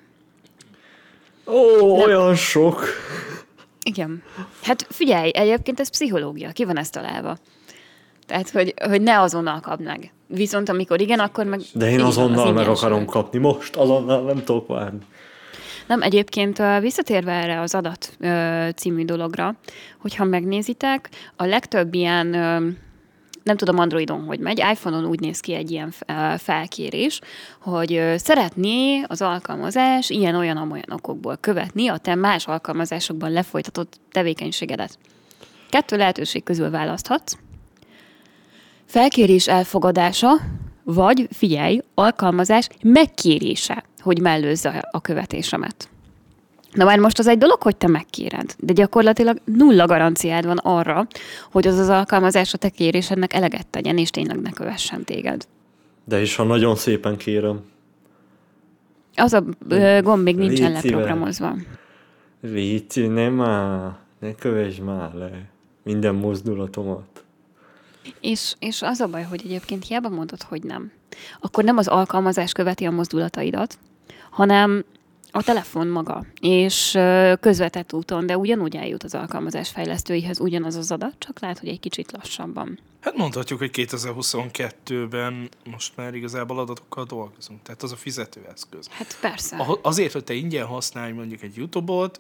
Olyan sok. Igen. Hát figyelj, egyébként ez pszichológia. Ki van ezt találva? Tehát, hogy ne azonnal kapd meg. Viszont amikor igen, akkor meg... De én így van, az azonnal meg ingyen akarom sör. kapni. Most azonnal nem tudok várni. Nem, egyébként visszatérve erre az adat című dologra, hogyha megnézitek, a legtöbb ilyen, nem tudom Androidon hogy megy, iPhone-on úgy néz ki egy ilyen felkérés, hogy szeretné az alkalmazás ilyen-olyan okokból követni a te más alkalmazásokban lefolytatott tevékenységedet. 2 lehetőség közül választhatsz. Felkérés elfogadása, vagy figyelj, alkalmazás megkérése, hogy mellőzze a követésemet. Na már most az egy dolog, hogy te megkéred, de gyakorlatilag nulla garanciád van arra, hogy az alkalmazás a te kérésednek eleget tegyen, és tényleg ne kövessen téged. De is, ha nagyon szépen kérem. Az a gomb még nincsen leprogramozva. Léci, ne kövess már le minden mozdulatomat. És az a baj, hogy egyébként hiába mondod, hogy nem. Akkor nem az alkalmazás követi a mozdulataidat, hanem a telefon maga, és közvetett úton, de ugyanúgy eljut az alkalmazás fejlesztőihez ugyanaz az adat, csak lehet, hogy egy kicsit lassabban. Hát mondhatjuk, hogy 2022-ben most már igazából adatokkal dolgozunk. Tehát az a fizetőeszköz. Hát persze. Azért, hogy te ingyen használj mondjuk egy YouTube-ot,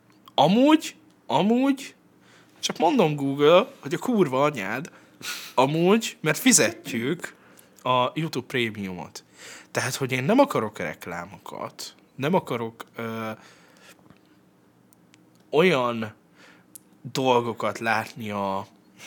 amúgy, csak mondom Google, hogy a kurva anyád, mert fizetjük a YouTube Premiumot. Tehát, hogy én nem akarok reklámokat, nem akarok olyan dolgokat látni a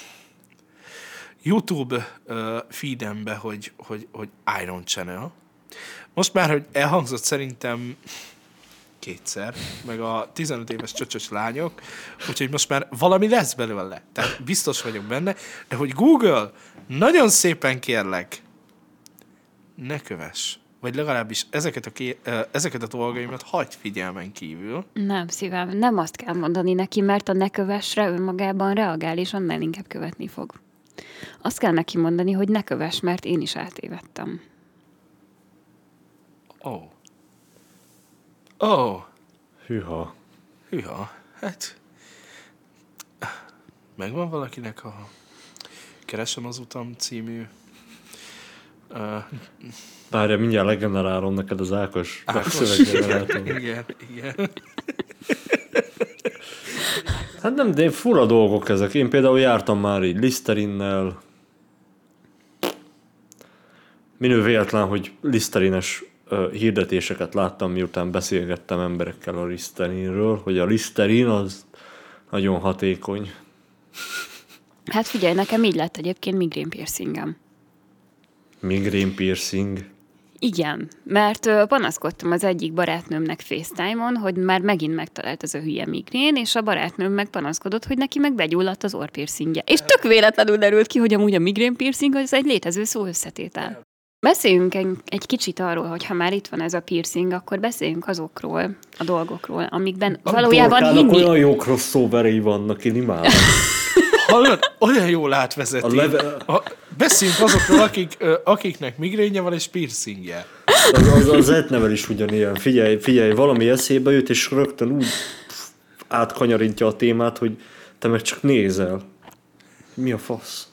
YouTube feedembe, hogy Iron Channel. Most már, hogy elhangzott szerintem 2-szer, meg a 15 éves csöcsös lányok, úgyhogy most már valami lesz belőle. Tehát biztos vagyok benne, de hogy Google, nagyon szépen kérlek, ne kövess. Vagy legalábbis ezeket a dolgaimat hagyd figyelmen kívül. Nem, szívem, nem azt kell mondani neki, mert a ne kövessre önmagában reagál, és annál inkább követni fog. Azt kell neki mondani, hogy ne kövess, mert én is eltévedtem. Hűha. Hát megvan valakinek a Keresem az utam című Várja, mindjárt legenerálom neked az Ákos szöveggenerátor. Igen. Hát nem, de fura dolgok ezek. Én például jártam már így Listerinnel. Minő véletlen, hogy Listerines hirdetéseket láttam, miután beszélgettem emberekkel a Listerinről, hogy a Listerin az nagyon hatékony. Hát figyelj, nekem így lett egyébként migrén piercingem. Migrén piercing? Igen, mert panaszkodtam az egyik barátnőmnek FaceTime-on, hogy már megint megtalált ez a hülye migrén, és a barátnőm meg panaszkodott, hogy neki meg begyulladt az orrpiercingje. És tök véletlenül derült ki, hogy amúgy a migrén piercing az egy létező szó összetétel. Beszéljünk egy kicsit arról, hogy ha már itt van ez a piercing, akkor beszéljünk azokról a dolgokról, amikben valójában hinni... olyan jó crossoverei vannak, én imádom. Hallod? Olyan jól átvezeti. Beszéljünk azokról, akiknek migrénye van és piercingje. Az etnevel is ugyanilyen. Figyelj, valami eszébe jut, és rögtön úgy átkanyarintja a témát, hogy te meg csak nézel. Mi a fasz?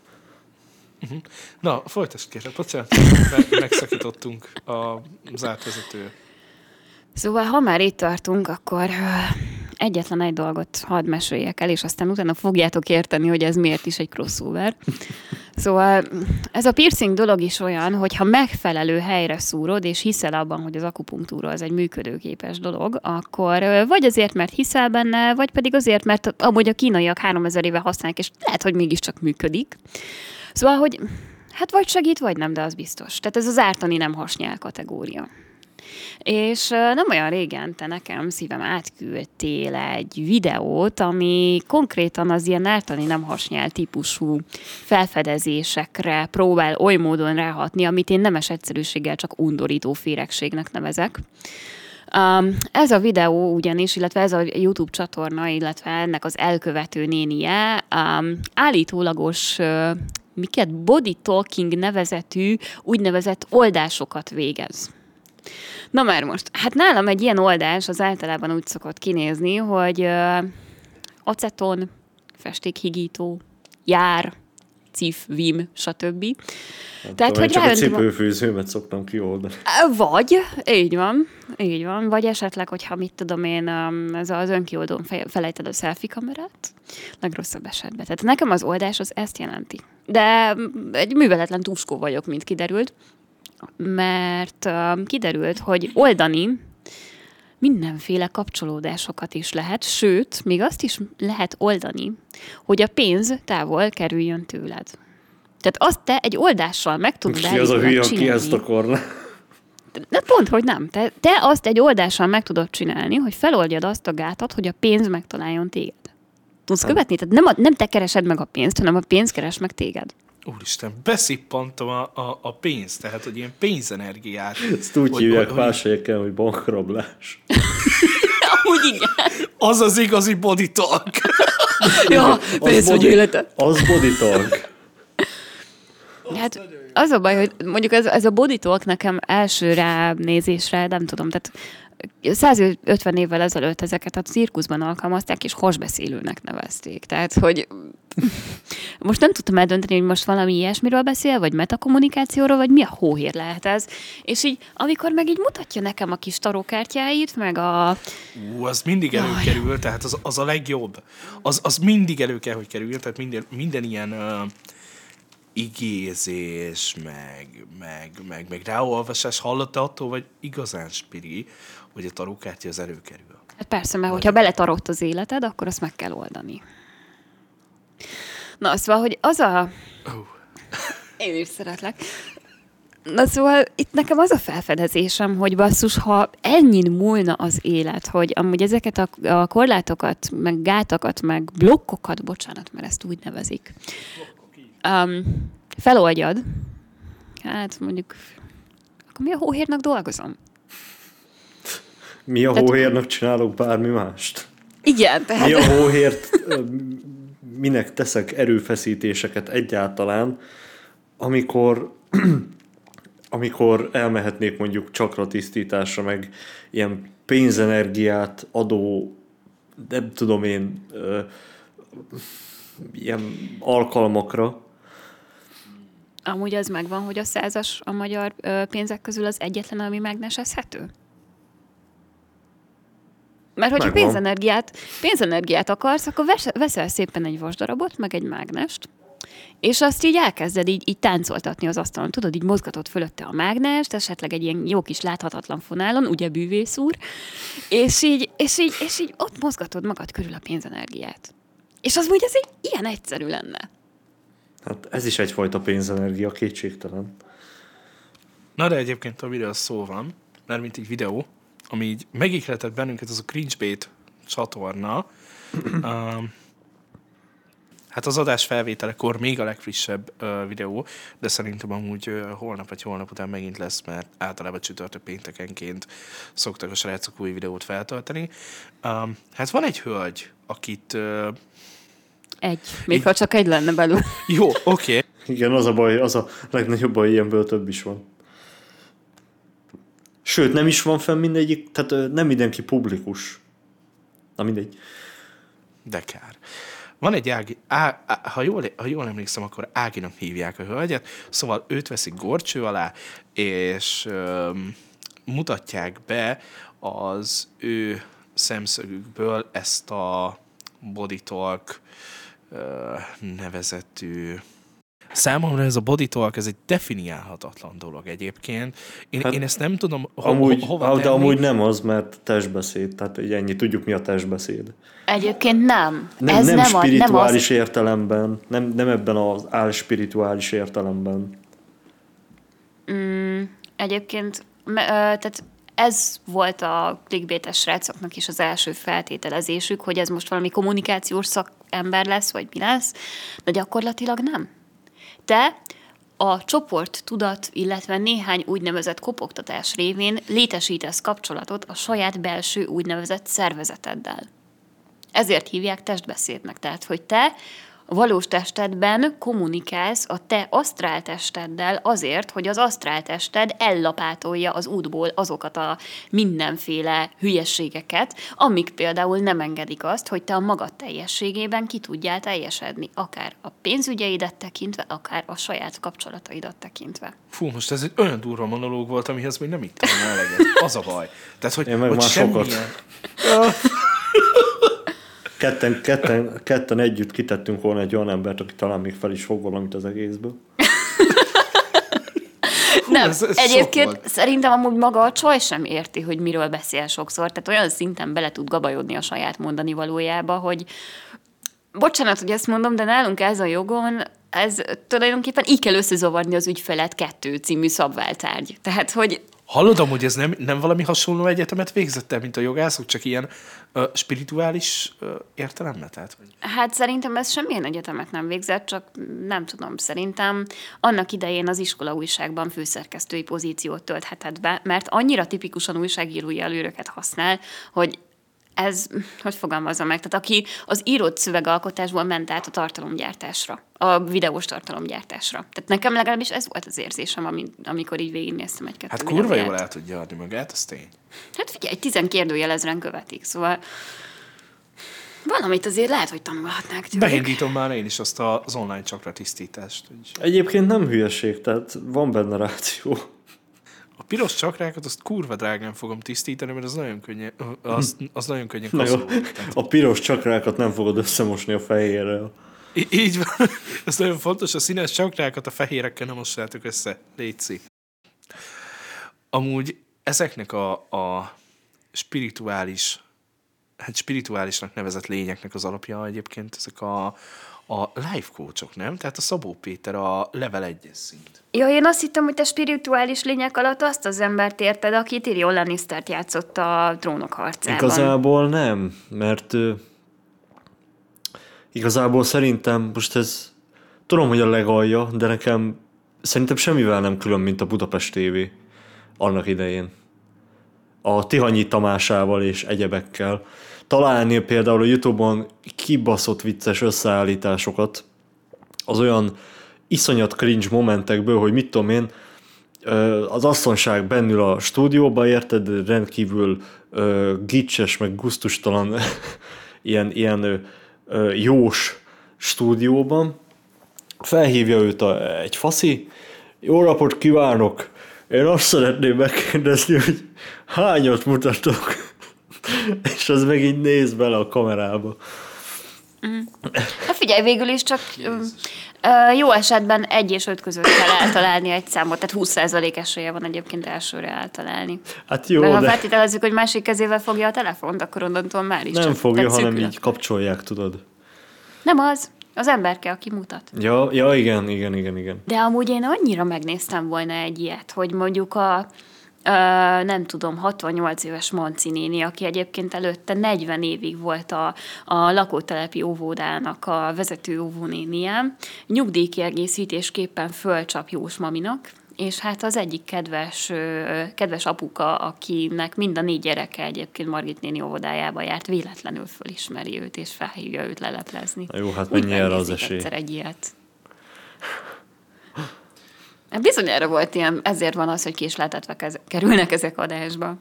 Na, folytasd kérlek, bocsánat, megszakítottunk az átvezető. Szóval, ha már itt tartunk, akkor egyetlen egy dolgot hadd meséljek el, és aztán utána fogjátok érteni, hogy ez miért is egy crossover. Szóval ez a piercing dolog is olyan, hogy ha megfelelő helyre szúrod, és hiszel abban, hogy az akupunktúra az egy működőképes dolog, akkor vagy azért, mert hiszel benne, vagy pedig azért, mert amúgy a kínaiak 3000 éve használják, és lehet, hogy mégiscsak működik. Szóval, hogy hát vagy segít, vagy nem, de az biztos. Tehát ez az ártani nem hasnyál kategória. És nem olyan régen te nekem szívem átküldtél egy videót, ami konkrétan az ilyen ártani nem hasnyál típusú felfedezésekre próbál oly módon ráhatni, amit én nemes egyszerűséggel csak undorító féregségnek nevezek. Ez a videó ugyanis, illetve ez a YouTube csatorna, illetve ennek az elkövető nénie állítólagos body talking nevezetű úgynevezett oldásokat végez. Na már most, hát nálam egy ilyen oldás az általában úgy szokott kinézni, hogy aceton, festékhigító, jár, cif, vim, stb. Tehát, hogy csak a cipőfűzőmet szoktam kioldani. Így van, vagy esetleg, hogyha mit tudom én, ez az önkioldón felejted a selfie kamerát, legrosszabb esetben. Tehát nekem az oldás az ezt jelenti. De egy műveletlen tuskó vagyok, mint kiderült, mert kiderült, hogy oldani mindenféle kapcsolódásokat is lehet, sőt, még azt is lehet oldani, hogy a pénz távol kerüljön tőled. Tehát azt te egy oldással meg tudod Ki az a hülye, csinálni. aki ezt akarna? De pont, hogy nem. Te azt egy oldással meg tudod csinálni, hogy feloldjad azt a gátat, hogy a pénz megtaláljon téged. Tudsz követni? Tehát nem te keresed meg a pénzt, hanem a pénz keres meg téged. Úristen, beszippantom a pénzt, tehát, hogy ilyen pénzenergiát. Ezt úgy hívják más helyeken, hogy bankrablás. Úgy igen. Az az igazi body talk. Ja, pénzügyi életet. Az body talk. Hát az a baj, hogy mondjuk ez a body talk nekem első ránézésre, nem tudom, tehát 150 évvel ezelőtt ezeket a cirkuszban alkalmazták, és hasbeszélőnek nevezték. Tehát, hogy most nem tudtam eldönteni, hogy most valami ilyesmiről beszél, vagy metakommunikációról, vagy mi a hóhér lehet ez. És így, amikor meg így mutatja nekem a kis tarókártyáit, meg a... Az mindig előkerül, tehát az a legjobb. Az mindig elő kell, hogy kerüljön, tehát minden ilyen igézés, meg ráolvasás hallotta attól, vagy igazán spiri, hogy a tarókártya az előkerül. Hát persze, mert hogyha beletarott az életed, akkor azt meg kell oldani. Na, szóval, hogy az a... Én is szeretlek. Na szóval itt nekem az a felfedezésem, hogy basszus, ha ennyin múlna az élet, hogy amúgy ezeket a korlátokat, meg gátakat, meg blokkokat, bocsánat, mert ezt úgy nevezik, feloldjad, hát mondjuk, akkor mi a hóhérnak dolgozom? Mi a hóhérnak csinálok bármi mást? Igen, tehát... Mi a hóhért, minek teszek erőfeszítéseket egyáltalán, amikor elmehetnék mondjuk csakratisztításra, meg ilyen pénzenergiát adó, nem tudom én, ilyen alkalmakra. Amúgy az megvan, hogy a 100-as a magyar pénzek közül az egyetlen, ami mágnesezhető? Mert hogyha pénzenergiát akarsz, akkor veszel szépen egy vasdarabot, meg egy mágnest, és azt így elkezded így táncoltatni az asztalon. Tudod, így mozgatod fölötte a mágnest, esetleg egy ilyen jó kis láthatatlan fonálon, ugye bűvész úr, és így ott mozgatod magad körül a pénzenergiát. És az úgy ez ilyen egyszerű lenne. Hát ez is egyfajta pénzenergia, kétségtelen. Na de egyébként, amiről szó van, mert mint egy videó, ami így megihletett bennünket, az a Cringebait csatorna. Hát az adás felvételekor még a legfrissebb videó, de szerintem amúgy holnap vagy holnap után megint lesz, mert általában csütörtök péntekenként szoktak a srácok új videót feltölteni. Hát van egy hölgy, akit... Még ha csak egy lenne belül. Jó, oké. Igen, az a baj, az a legnagyobb baj, ilyenből több is van. Sőt, nem is van fenn mindegyik, tehát nem mindenki publikus. Na mindegy. De kár. Van egy Ági, ha jól emlékszem, akkor Áginak hívják a hölgyet, szóval őt veszik górcső alá, és mutatják be az ő szemszögükből ezt a Body Talk nevezetű... Számomra ez a body talk, ez egy definiálhatatlan dolog egyébként. Én ezt nem tudom hova tenni. De amúgy nem az, mert testbeszéd. Tehát ennyi, tudjuk mi a testbeszéd. Egyébként nem. Ez nem spirituális értelemben. Nem ebben az álspirituális értelemben. Egyébként, tehát ez volt a clickbait-es srácoknak is az első feltételezésük, hogy ez most valami kommunikációs szakember lesz, vagy mi lesz, de gyakorlatilag nem. Te a csoport tudat, illetve néhány úgynevezett kopogtatás révén létesítesz kapcsolatot a saját belső úgynevezett szervezeteddel. Ezért hívják testbeszédnek. Tehát, hogy te a valós testedben kommunikálsz a te asztráltesteddel azért, hogy az asztráltested ellapátolja az útból azokat a mindenféle hülyességeket, amik például nem engedik azt, hogy te a magad teljességében ki tudjál teljesedni, akár a pénzügyeidet tekintve, akár a saját kapcsolataidat tekintve. Fú, most ez egy olyan durva monológ volt, amihez még nem ittam eleget. Az a baj. Tehát, hogy, én meg már sokat. Ketten együtt kitettünk volna egy olyan embert, aki talán még fel is fog valamit az egészből. Nem, ez egyébként szerintem amúgy maga a csaj sem érti, hogy miről beszél sokszor, tehát olyan szinten bele tud gabajodni a saját mondani valójába, hogy bocsánat, hogy ezt mondom, de nálunk ez a jogon ez tulajdonképpen így kell összezavarni az Ügyfelet 2 című szabványtárgy. Tehát, hogy Hallod, hogy ez nem valami hasonló egyetemet végzett el, mint a jogászok, csak ilyen spirituális értelemben? Tehát, hogy... hát szerintem ez semmilyen egyetemet nem végzett, csak nem tudom, szerintem annak idején az iskola újságban főszerkesztői pozíciót tölthetett be, mert annyira tipikusan újságírói előröket használ, hogy ez, hogy fogalmazom meg, tehát aki az írott szövegalkotásból ment át a tartalomgyártásra, a videós tartalomgyártásra. Tehát nekem legalábbis ez volt az érzésem, amikor így végignéztem egy-kettő Hát kurva jól el tudja adni magát, az tény. Hát figyelj, 10 kérdőjelezren követik, szóval valamit azért lehet, hogy tanulhatnák tőlük. Beindítom már én is azt az online csakra tisztítást. Egyébként nem hülyeség, tehát van benne ráció. A piros csakrákat azt kurva drágán fogom tisztítani, mert az nagyon könnyen, az nagyon könnyen kaszol. A piros csakrákat nem fogod összemosni a fehérrel. Így van. Ez nagyon fontos, a színes csakrákat a fehérekkel nem mossátok össze. Léci. Amúgy ezeknek a spirituálisnak nevezett lényeknek az alapja egyébként ezek a life coachok, nem? Tehát a Szabó Péter a level 1-es szint. Ja, én azt hittem, hogy te spirituális lények alatt azt az embert érted, aki Tyrion Lannistert játszott a Trónok harcában. Igazából nem, mert igazából szerintem most ez tudom, hogy a legalja, de nekem szerintem semmivel nem külön, mint a Budapest TV annak idején. A Tihanyi Tamásával és egyebekkel. Találni például a YouTube-on kibaszott vicces összeállításokat az olyan iszonyat cringe momentekből, hogy mit tudom én, az asszonság bennül a stúdióba, érted, rendkívül gicses, meg gusztustalan ilyen jós stúdióban. Felhívja őt egy faszi, jó napot kívánok! Én azt szeretném megkérdezni, hogy hányat mutatok? És az meg így néz bele a kamerába. Hát figyelj, végül is csak jó esetben 1 és 5 között kell eltalálni egy számot, tehát 20% esélye van egyébként elsőre eltalálni. Hát jó, de ha de feltételezzük, hogy másik kezével fogja a telefont, akkor onnantól már is nem csak fogja, hanem szűkül. így kapcsolják, tudod. Nem az emberke, aki mutat. Ja, igen. De amúgy én annyira megnéztem volna egy ilyet, hogy mondjuk nem tudom, 68 éves Manci néni, aki egyébként előtte 40 évig volt a lakótelepi óvodának a vezető óvónénie, nyugdíjkiegészítésképpen fölcsap Jós maminak, és hát az egyik kedves apuka, akinek mind a 4 gyereke egyébként Margit néni óvodájába járt, véletlenül fölismeri őt, és felhívja őt leleplezni. Na jó, hát mennyi erre az esély? Egyszer egy ilyet. Bizonyára volt ilyen, ezért van az, hogy késleltetve kerülnek ezek adásba.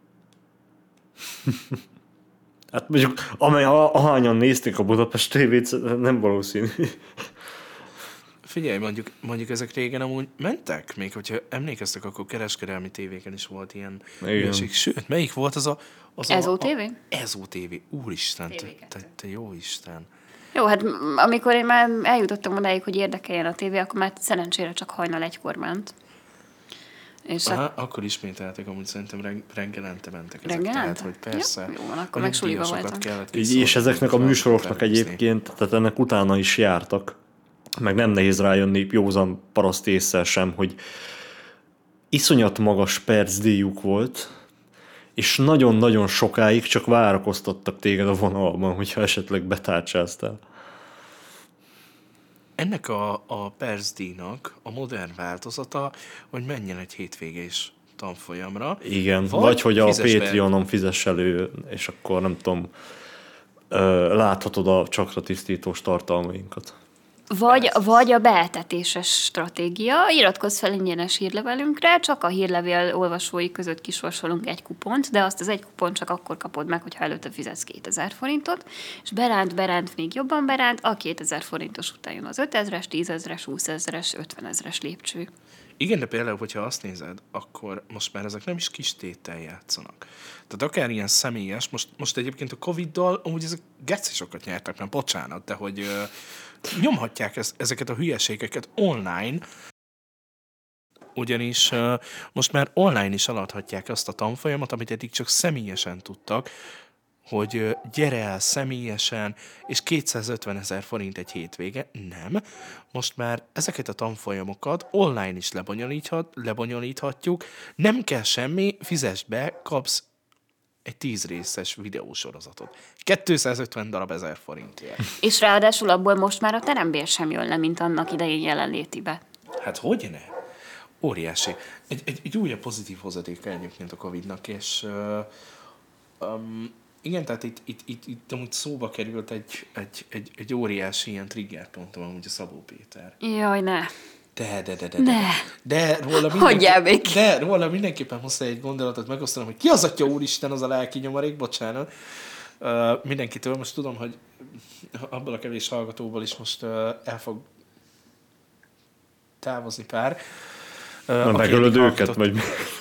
Hát mondjuk, ahányan nézték a Budapest TV-t, nem valószínű. Figyelj, mondjuk ezek régen amúgy mentek, még hogyha emlékeztek, akkor kereskedelmi tévéken is volt ilyen hülyeség. Sőt, melyik volt az Ezó TV? Ezó TV, úristen, te jó Isten. Jó, hát amikor én már eljutottam odáig, hogy érdekeljen a tévé, akkor már szerencsére csak hajnal 1-kor ment. És akkor ismételtek, amúgy szerintem reggelente mentek ezek. Reggelente? Tehát, hogy persze. Jó van, akkor meg suliba voltam. És ezeknek a műsoroknak egyébként, tehát ennek utána is jártak, meg nem nehéz rájönni józan paraszt ésszel sem, hogy iszonyat magas percdíjuk volt, és nagyon-nagyon sokáig csak várakoztattak téged a vonalban, hogyha esetleg betárcsáztál. Ennek a percdíjnak a modern változata, hogy menjen egy hétvégés tanfolyamra. Igen, vagy hogy a Patreonon fizess elő, és akkor nem tudom, láthatod a csakra tisztítós tartalmainkat. Vagy a beeltetéses stratégia. Iratkozz fel ingyenes hírlevelünkre, csak a hírlevél olvasói között kisorsolunk 1 kupont, de azt az 1 kupont csak akkor kapod meg, hogyha előtte fizetsz 2000 forintot, és beránt, még jobban beránt, a 2000 forintos után jön az 5000-es, 10.000-es, 20.000-es, 50.000-es lépcső. Igen, de például, hogyha azt nézed, akkor most már ezek nem is kis téttel játszanak. Tehát akár ilyen személyes, most egyébként a Covid-dal amúgy ezek geci sokat nyertek, nem bocsánat, de hogy nyomhatják ezeket a hülyeségeket online, ugyanis most már online is eladhatják azt a tanfolyamat, amit eddig csak személyesen tudtak, hogy gyere el személyesen, és 250 000 forint egy hétvége. Nem. Most már ezeket a tanfolyamokat online is lebonyolíthatjuk. Nem kell semmi, fizess be, kapsz egy 10 részes videósorozatot. 250 darab 1000 forintért. És ráadásul abból most már a terembér sem jön le, mint annak idején jelenlétibe. Hát hogy ne? Óriási. Egy újabb pozitív hozadéka egyébként a Covid-nak, és igen, tehát itt amúgy szóba került egy óriási ilyen triggerpontom amúgy a Szabó Péter. Jaj, ne. De róla mindenképpen muszáj egy gondolatot megosztanom, hogy ki az atya úristen, az a lelki nyomorék, bocsánat. Mindenkitől most tudom, hogy abból a kevés hallgatóból is most el fog távozni pár. Megölöd őket, vagy...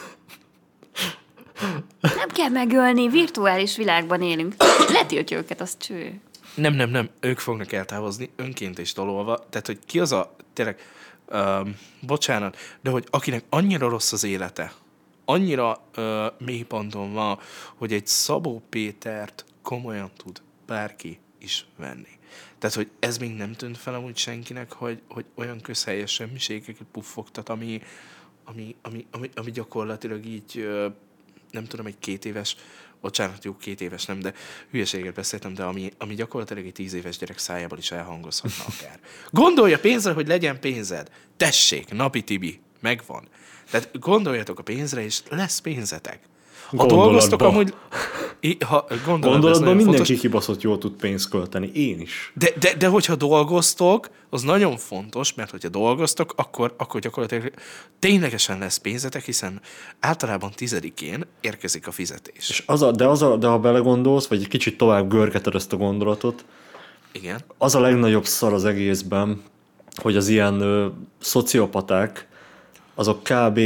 Nem kell megölni, virtuális világban élünk. Letiltja őket, az cső. Nem, ők fognak eltávozni, önként és dalolva. Tehát, hogy ki az a, tényleg, bocsánat, de hogy akinek annyira rossz az élete, annyira mélyponton van, hogy egy Szabó Pétert komolyan tud bárki is venni. Tehát, hogy ez még nem tűnt fel amúgy senkinek, hogy olyan közhelyes semmiségeket puffogtat, ami gyakorlatilag így, nem tudom, egy 2 éves, bocsánat, jó, 2 éves nem, de hülyeséget beszéltem, de ami gyakorlatilag egy 10 éves gyerek szájából is elhangozhatna akár. Gondolja pénzre, hogy legyen pénzed. Tessék, Napi Tibi, megvan. Tehát gondoljatok a pénzre, és lesz pénzetek. Ha dolgoztok amúgy... Gondolatban mindenki kibaszott jól tud pénzt költeni, én is. De hogyha dolgoztok, az nagyon fontos, mert hogyha dolgoztok, akkor gyakorlatilag ténylegesen lesz pénzetek, hiszen általában 10-én érkezik a fizetés. És de ha belegondolsz, vagy egy kicsit tovább görgeted ezt a gondolatot, igen. Az a legnagyobb szar az egészben, hogy az ilyen szociopaták, azok kb.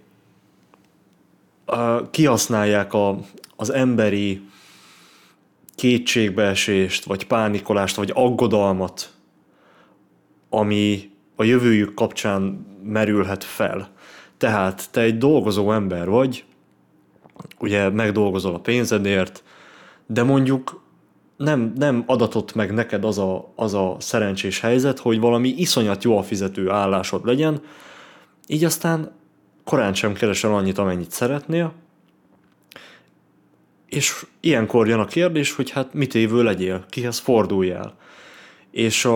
Kihasználják az emberi kétségbeesést, vagy pánikolást, vagy aggodalmat, ami a jövőjük kapcsán merülhet fel. Tehát te egy dolgozó ember vagy, ugye megdolgozol a pénzedért, de mondjuk nem adatott meg neked az a szerencsés helyzet, hogy valami iszonyat jól fizető állásod legyen, így aztán korán sem keresel annyit, amennyit szeretnél, és ilyenkor jön a kérdés, hogy hát mit évő legyél, kihez forduljál. És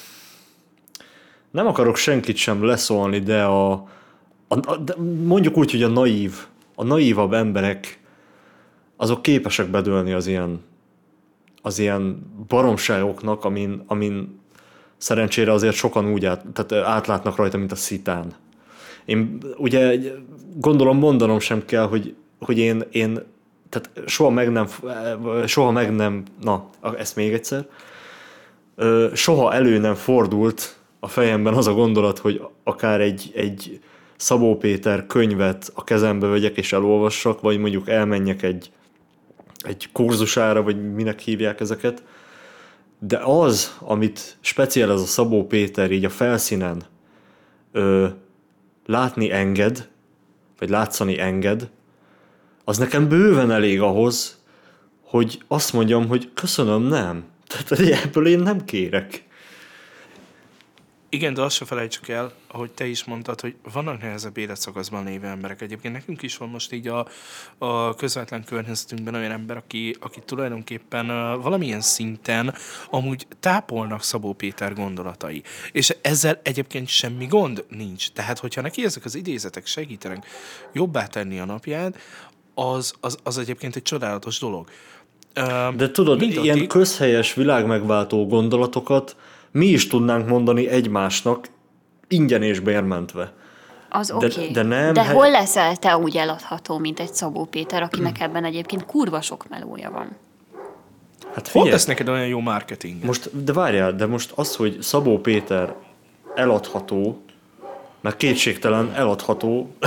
nem akarok senkit sem leszólni, de de mondjuk úgy, hogy a naívabb emberek, azok képesek bedőlni az ilyen baromságoknak, amin szerencsére azért sokan úgy átlátnak rajta, mint a szitán. Én ugye gondolom mondanom sem kell, hogy én tehát ezt még egyszer, soha elő nem fordult a fejemben az a gondolat, hogy akár egy Szabó Péter könyvet a kezembe vegyek és elolvassak, vagy mondjuk elmenjek egy kurzusára, vagy minek hívják ezeket. De az, amit speciál ez a Szabó Péter így a felszínen látni enged, vagy látszani enged, az nekem bőven elég ahhoz, hogy azt mondjam, hogy köszönöm, nem. Tehát ebből én nem kérek. Igen, de azt se felejtsük el, ahogy te is mondtad, hogy vannak nehezebb életszakaszban lévő emberek. Egyébként nekünk is van most így a közvetlen környezetünkben olyan ember, aki tulajdonképpen valamilyen szinten amúgy tápolnak Szabó Péter gondolatai. És ezzel egyébként semmi gond nincs. Tehát, hogyha neki ezek az idézetek segítenek jobbá tenni a napját, az egyébként egy csodálatos dolog. De tudod, ilyen közhelyes, világmegváltó gondolatokat mi is tudnánk mondani egymásnak ingyen és bérmentve. Az oké. De hol leszel te úgy eladható, mint egy Szabó Péter, akinek ebben egyébként kurva sok melója van? Hát hol lesz neked olyan jó marketing? De várjál, de most az, hogy Szabó Péter eladható, mert kétségtelen eladható,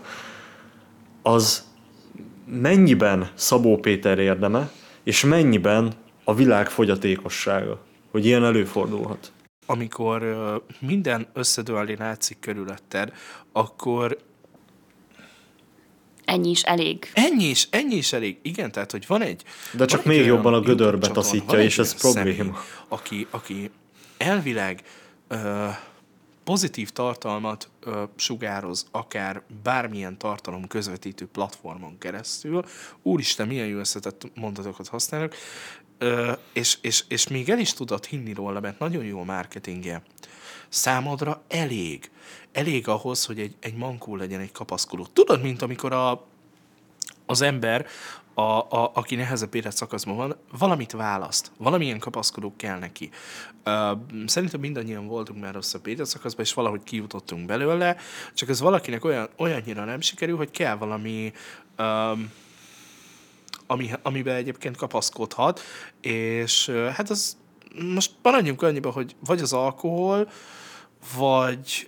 az mennyiben Szabó Péter érdeme, és mennyiben a világ fogyatékossága, hogy ilyen előfordulhat. Amikor minden összedőlni látszik körülötted, akkor Ennyi is elég. Ennyi is elég. Igen, tehát, hogy van egy... De csak van egy még olyan jobban a gödörbe YouTube csatorna, taszítja, van egy és ez olyan személy, probléma. aki elvileg pozitív tartalmat sugároz, akár bármilyen tartalom közvetítő platformon keresztül. Úristen, milyen jó összetett mondatokat használok. És még el is tudod hinni róla, mert nagyon jó a marketingje. Számodra elég ahhoz, hogy egy mankó legyen, egy kapaszkodó. Tudod, mint amikor az ember, aki nehezebb életszakaszban van, valamit választ. Valamilyen kapaszkodó kell neki. Szerintem mindannyian voltunk már rosszabb életszakaszban, és valahogy kijutottunk belőle, csak ez valakinek olyannyira nem sikerül, hogy kell valami... amiben egyébként kapaszkodhat, és hát az most maradjunk annyiba, hogy vagy az alkohol, vagy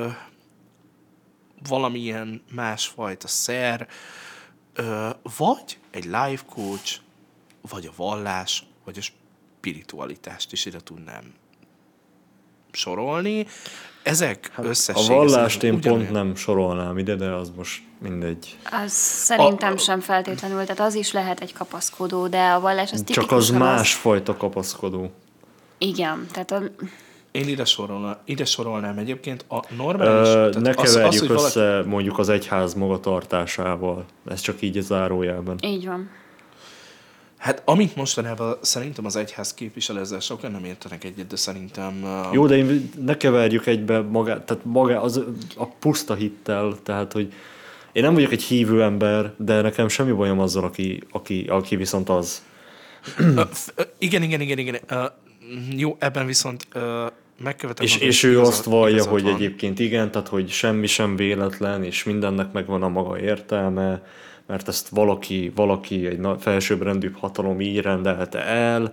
valamilyen másfajta szer, vagy egy life coach, vagy a vallás, vagy a spiritualitást is ide tudnám sorolni. Ezek összességesen... A vallást én pont nem sorolnám ide, de az most mindegy. Az szerintem sem feltétlenül, tehát az is lehet egy kapaszkodó, de a vallás az tipikusan csak az másfajta kapaszkodó. Igen, tehát Én ide sorolnám egyébként a normális... Ne keverjük össze mondjuk az egyház magatartásával. Ez csak így a zárójelben. Így van. Hát amit mostanában szerintem az egyház képvisel, ezzel sokan nem értenek egyet, de szerintem... Jó, de ne keverjük egybe magát az a puszta hittel, tehát hogy én nem vagyok egy hívő ember, de nekem semmi bajom azzal, aki viszont az. Igen. Jó, ebben viszont megkövetem... És ő azt vallja, hogy egyébként igen, tehát hogy semmi sem véletlen, és mindennek megvan a maga értelme, mert ezt valaki egy felsőbbrendűbb hatalom így rendelte el.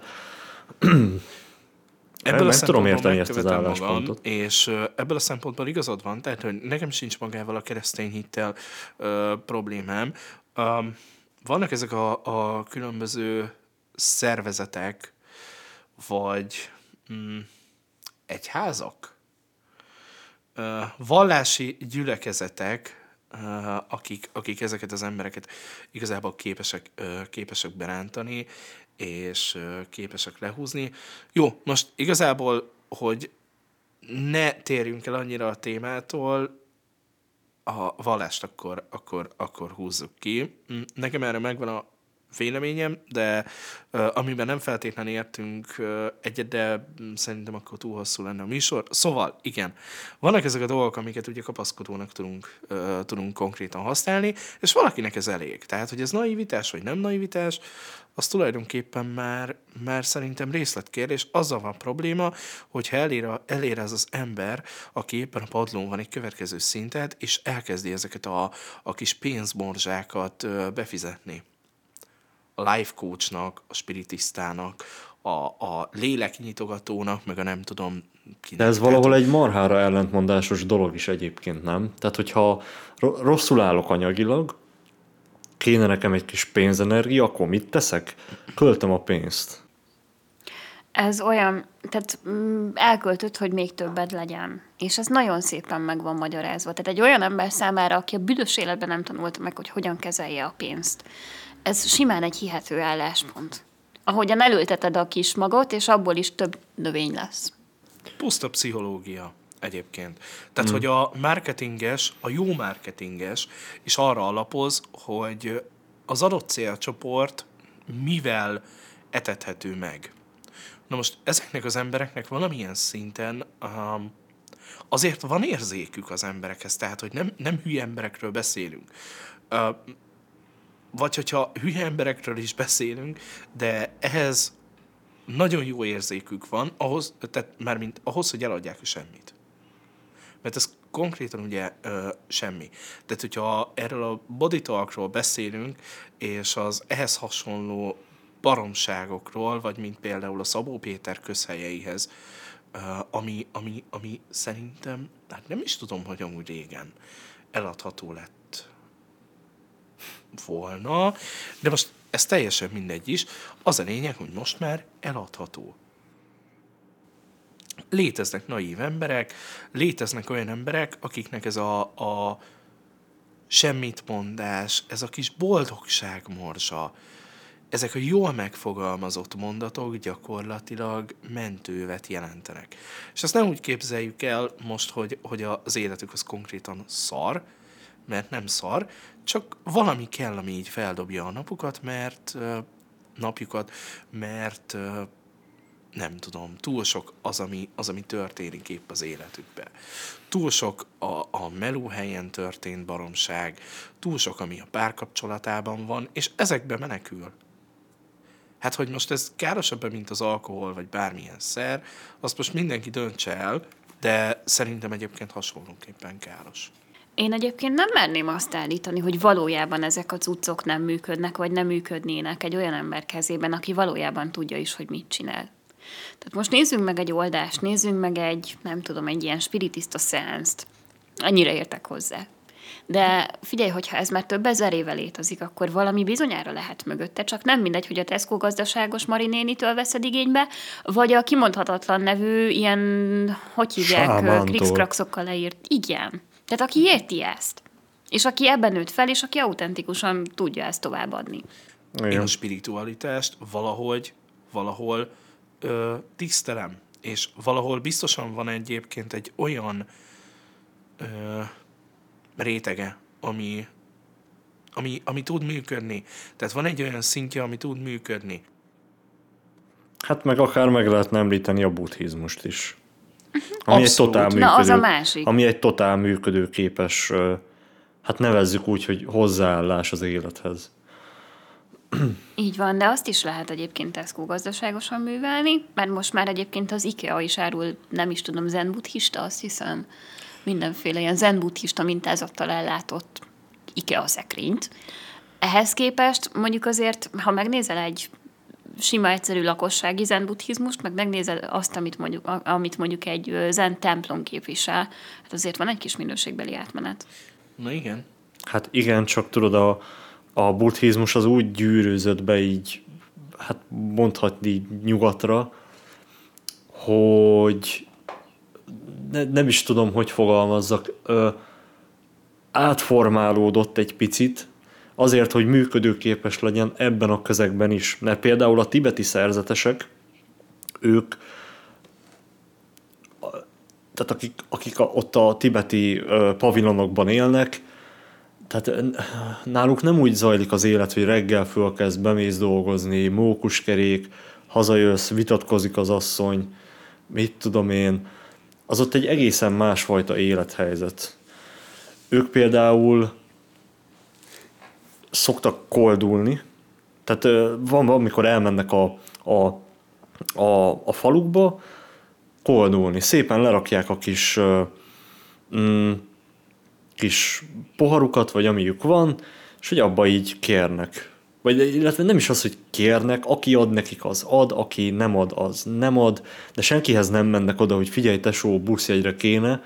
Ebből meg tudom érteni ezt az álláspontot. Magam, és ebből a szempontból igazad van, tehát hogy nekem sincs magával a keresztény hittel problémám. Vannak ezek a különböző szervezetek, vagy egyházak, vallási gyülekezetek, akik ezeket az embereket igazából képesek berántani, és képesek lehúzni. Jó, most igazából, hogy ne térjünk el annyira a témától, a vallást akkor húzzuk ki. Nekem erre megvan a véleményem, de amiben nem feltétlenül értünk egyet, de szerintem akkor túl hosszú lenne a műsor. Szóval, igen, vannak ezek a dolgok, amiket ugye kapaszkodónak tudunk konkrétan használni, és valakinek ez elég. Tehát, hogy ez naivitás, vagy nem naivitás, az tulajdonképpen már szerintem részletkérdés. Azzal van probléma, hogyha elér ez az ember, aki éppen a padlón van egy következő szintet, és elkezdi ezeket a kis pénzmorzsákat befizetni. A life coachnak, a spiritistának, a léleknyitogatónak, meg a nem tudom kinek. De ez valahol egy marhára ellentmondásos dolog is egyébként, nem? Tehát, hogyha rosszul állok anyagilag, kéne nekem egy kis pénzenergia, akkor mit teszek? Költöm a pénzt. Ez olyan, tehát elköltött, hogy még többet legyen. És ez nagyon szépen meg van magyarázva. Tehát egy olyan ember számára, aki a büdös életben nem tanulta meg, hogy hogyan kezelje a pénzt. Ez simán egy hihető álláspont. Ahogyan elülteted a kis magot, és abból is több növény lesz. Puszta pszichológia egyébként. Tehát, hogy a jó marketinges is arra alapoz, hogy az adott célcsoport mivel etethető meg. Na most ezeknek az embereknek valamilyen szinten azért van érzékük az emberekhez, tehát, hogy nem hülye emberekről beszélünk. Vagy hogyha hülye emberekről is beszélünk, de ehhez nagyon jó érzékük van, ahhoz, hogy eladják a semmit. Mert ez konkrétan ugye semmi. Tehát, hogyha erről a body talkról beszélünk, és az ehhez hasonló baromságokról, vagy mint például a Szabó Péter közhelyeihez, ami szerintem, hát nem is tudom, hogy amúgy régen eladható lett volna, de most ez teljesen mindegy is. Az a lényeg, hogy most már eladható. Léteznek naív emberek, léteznek olyan emberek, akiknek ez a semmitmondás, ez a kis boldogság morzsa, ezek a jól megfogalmazott mondatok gyakorlatilag mentővet jelentenek. És azt nem úgy képzeljük el most, hogy az életük az konkrétan szar, mert nem szar, csak valami kell, ami így feldobja a napjukat, mert nem tudom, túl sok az, ami történik épp az életükben. Túl sok a melóhelyen történt baromság, túl sok, ami a párkapcsolatában van, és ezekbe menekül. Hát, hogy most ez károsabb, mint az alkohol, vagy bármilyen szer, azt most mindenki döntse el, de szerintem egyébként hasonlóképpen káros. Én egyébként nem merném azt állítani, hogy valójában ezek a cuccok nem működnek, vagy nem működnének egy olyan ember kezében, aki valójában tudja is, hogy mit csinál. Tehát most nézzünk meg egy oldást, nézzünk meg egy ilyen spiritista szeánszt. Annyira értek hozzá. De figyelj, hogyha ez már több ezer éve létezik, akkor valami bizonyára lehet mögötte, csak nem mindegy, hogy a Tesco gazdaságos Marinénitől veszed igénybe, vagy a kimondhatatlan nevű ilyen, hogy hívják, krikszkrakszokkal leírt. Igen. Tehát aki érti ezt, és aki ebben nőtt fel, és aki autentikusan tudja ezt továbbadni. Én a spiritualitást valahol tisztelem, és valahol biztosan van egyébként egy olyan rétege, ami tud működni. Tehát van egy olyan szintje, ami tud működni. Hát meg akár meg lehetne említeni a buddhizmust is. Ami egy totál működőképes, hát nevezzük úgy, hogy hozzáállás az élethez. Így van, de azt is lehet egyébként Tesco gazdaságosan művelni, mert most már egyébként az IKEA is árul, nem is tudom, zen-buddhista, azt hiszem, mindenféle ilyen zen-buddhista mintázattal ellátott IKEA szekrényt. Ehhez képest mondjuk azért, ha megnézel egy sima, egyszerű lakossági zen-buddhizmust, meg megnézed azt, amit mondjuk egy zen templom képvisel, hát azért van egy kis minőségbeli átmenet. Na igen. Hát igen, csak tudod, a buddhizmus az úgy gyűrűzött be így, hát mondhatni nyugatra, hogy nem is tudom, hogy fogalmazzak, átformálódott egy picit, azért, hogy működőképes legyen ebben a közegben is. Mert például a tibeti szerzetesek, ők, tehát akik ott a tibeti pavilonokban élnek, tehát náluk nem úgy zajlik az élet, hogy reggel fölkezd, bemész dolgozni, mókuskerék, hazajössz, vitatkozik az asszony, mit tudom én. Az ott egy egészen másfajta élethelyzet. Ők például szoktak koldulni, tehát van, amikor elmennek a falukba koldulni. Szépen lerakják a kis poharukat, vagy amiük van, és hogy abba így kérnek. Vagy illetve nem is az, hogy kérnek, aki ad nekik, az ad, aki nem ad, az nem ad, de senkihez nem mennek oda, hogy figyelj tesó, buszjegyre kéne.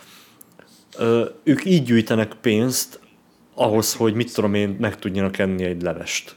Ők így gyűjtenek pénzt ahhoz, hogy mit tudom én, meg tudjanak enni egy levest,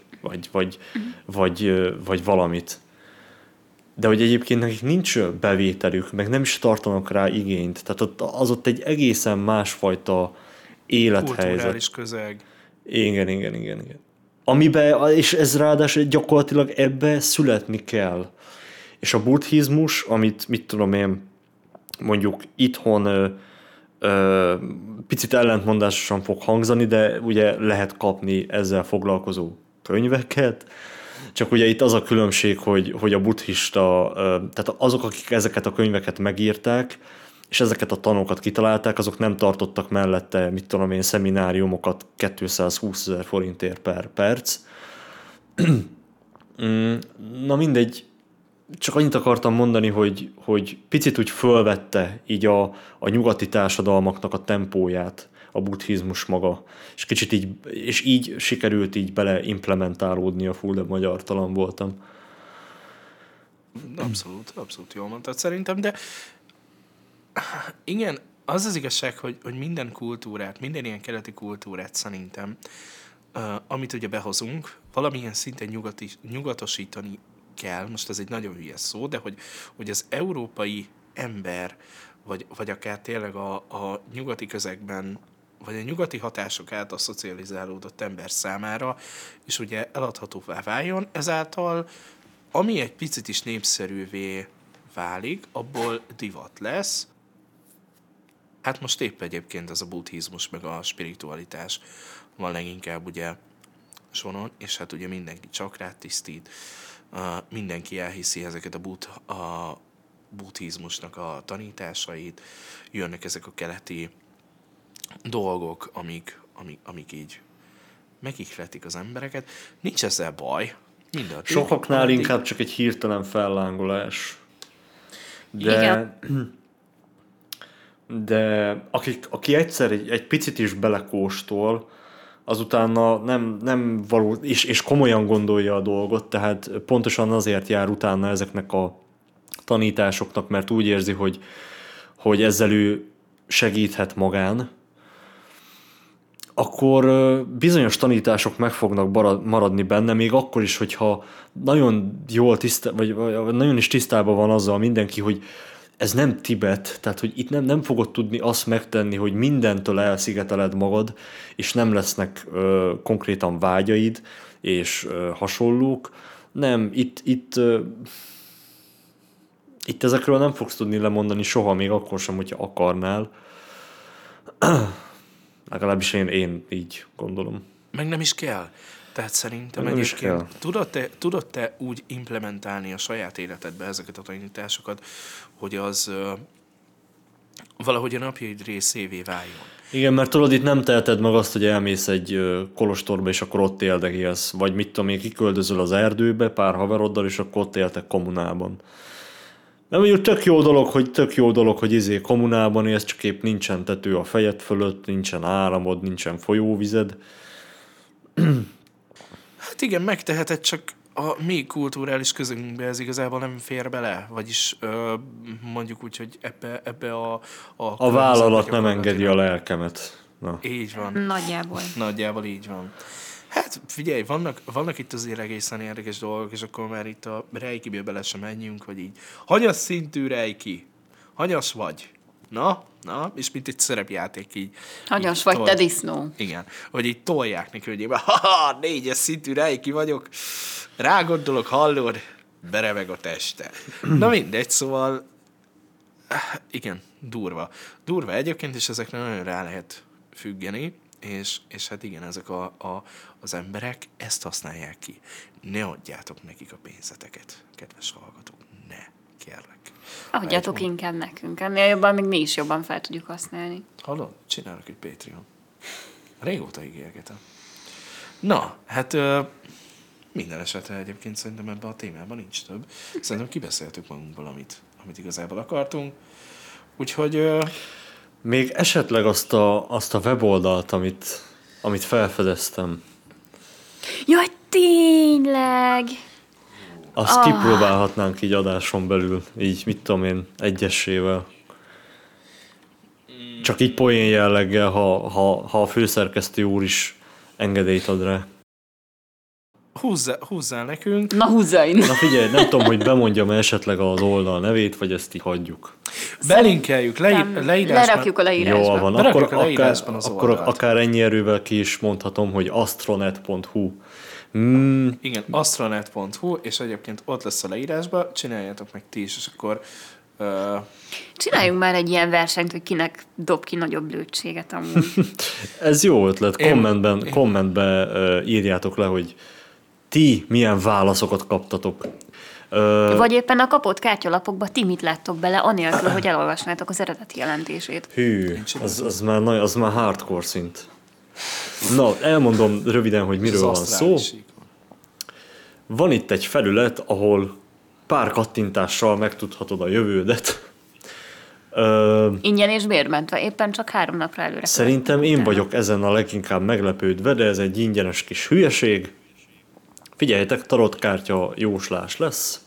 vagy valamit. De hogy egyébként nekik nincs bevételük, meg nem is tartanak rá igényt. Tehát az ott egy egészen másfajta élethelyzet. Kulturális közeg. Igen. És ez ráadásul gyakorlatilag ebbe születni kell. És a buddhizmus, amit mit tudom én, mondjuk itthon picit ellentmondásosan fog hangzani, de ugye lehet kapni ezzel foglalkozó könyveket, csak ugye itt az a különbség, hogy a buddhista, tehát azok, akik ezeket a könyveket megírták, és ezeket a tanokat kitalálták, azok nem tartottak mellette, mit tudom én, szemináriumokat 220 000 forintért per perc. Na mindegy, csak annyit akartam mondani, hogy picit úgy fölvette így a nyugati társadalmaknak a tempóját a buddhizmus maga, és kicsit így sikerült így bele implementálódni a full, de magyartalan voltam. Abszolút jól mondtad szerintem, de igen, az az igazság, hogy minden kultúrát, minden ilyen keleti kultúrát szerintem, amit ugye behozunk, valamilyen szinten nyugatosítani kell, most ez egy nagyon hülyes szó, de hogy az európai ember, vagy akár tényleg a nyugati közegben vagy a nyugati hatások által szocializálódott ember számára, és ugye eladhatóvá váljon, ezáltal ami egy picit is népszerűvé válik, abból divat lesz. Hát most épp egyébként ez a buddhizmus meg a spiritualitás van leginkább ugye soron, és hát ugye mindenki csakrát tisztít, mindenki elhiszi ezeket a buddhizmusnak a tanításait, jönnek ezek a keleti dolgok, amik így megihletik az embereket. Nincs ezzel baj. Sokaknál inkább csak egy hirtelen fellángolás. De aki egyszer egy picit is belekóstol, azutána nem való, és komolyan gondolja a dolgot, tehát pontosan azért jár utána ezeknek a tanításoknak, mert úgy érzi, hogy ezzel ő segíthet magán, akkor bizonyos tanítások meg fognak maradni benne, még akkor is, hogyha nagyon jól vagy nagyon is tisztában van azzal mindenki, hogy ez nem Tibet, tehát hogy itt nem fogod tudni azt megtenni, hogy mindentől elszigeteled magad, és nem lesznek konkrétan vágyaid, és hasonlók. Nem, itt ezekről nem fogsz tudni lemondani soha, még akkor sem, hogyha akarnál. Legalábbis én így gondolom. Meg nem is kell. Tehát szerintem nem egyébként tudod te úgy implementálni a saját életedbe ezeket a tanításokat, hogy az valahogy a napjaid részévé váljon. Igen, mert tudod, itt nem teheted meg azt, hogy elmész egy kolostorba, és akkor ott éldegélsz. Vagy mit tudom én, kiköltözöl az erdőbe pár haveroddal, és akkor ott éltek kommunában. Nem mondjuk tök jó dolog, hogy kommunában élsz, csak épp nincsen tető a fejed fölött, nincsen áramod, nincsen folyóvized. Hát igen, megteheted, csak a mi kulturális közünkbe ez igazából nem fér bele, vagyis mondjuk úgy, hogy ebbe a vállalat nem engedi a lelkemet. Na. Így van. Nagyjából így van. Hát figyelj, vannak itt azért egészen érdekes dolgok, és akkor már itt a reikiből bele sem menjünk, hogy így, hanyas szintű reiki? Hanyas vagy? Na, és mint egy szerepjáték így. Hanyas vagy te disznó. Igen, hogy így tolják neki, hogy 4-es szintű reiki vagyok, rágondolok, hallod, beremeg a teste. Na mindegy, szóval igen, durva egyébként, és ezekre nagyon rá lehet függeni, és hát igen, ezek az emberek ezt használják ki. Ne adjátok nekik a pénzeteket, kedves hallgatók, ne, kérlek. Adjátok inkább nekünk, ennél jobban még mi is jobban fel tudjuk használni. Hallod? Csinálok egy Patreon. Régóta ígérgetem. Na, hát minden esetre egyébként szerintem ebben a témában nincs több. Szerintem kibeszéltük magunkból, amit igazából akartunk. Úgyhogy... Még esetleg azt a weboldalt, amit felfedeztem. Jaj, tényleg! Azt kipróbálhatnánk így adáson belül, így mit tudom én, egyesével. Csak így poén jelleggel, ha a főszerkesztő úr is engedélyt ad rá. Húzzál nekünk. Na húzzál innen. Na figyelj, nem tudom, hogy bemondjam esetleg az oldal nevét, vagy ezt így hagyjuk. Belinkeljük, lerakjuk a leírásba. Jól van, akkor akár ennyi erővel ki is mondhatom, hogy astronet.hu. Igen, astronet.hu, és egyébként ott lesz a leírásba, csináljátok meg ti is, és akkor... Csináljunk már egy ilyen versenyt, hogy kinek dob ki nagyobb lőttséget amúgy. Ez jó ötlet, kommentbe írjátok le, hogy ti milyen válaszokat kaptatok. Vagy éppen a kapott kártyalapokba ti mit láttok bele, anélkül, hogy elolvasnátok az eredeti jelentését. Hű, az már hardcore szint. Na, elmondom röviden, hogy miről van szó. Van itt egy felület, ahol pár kattintással megtudhatod a jövődet. Ingyen és bérmentve, éppen csak 3 napra előre. Szerintem én vagyok ezen a leginkább meglepődve, de ez egy ingyenes kis hülyeség. Figyeljetek, tarotkártya jóslás lesz.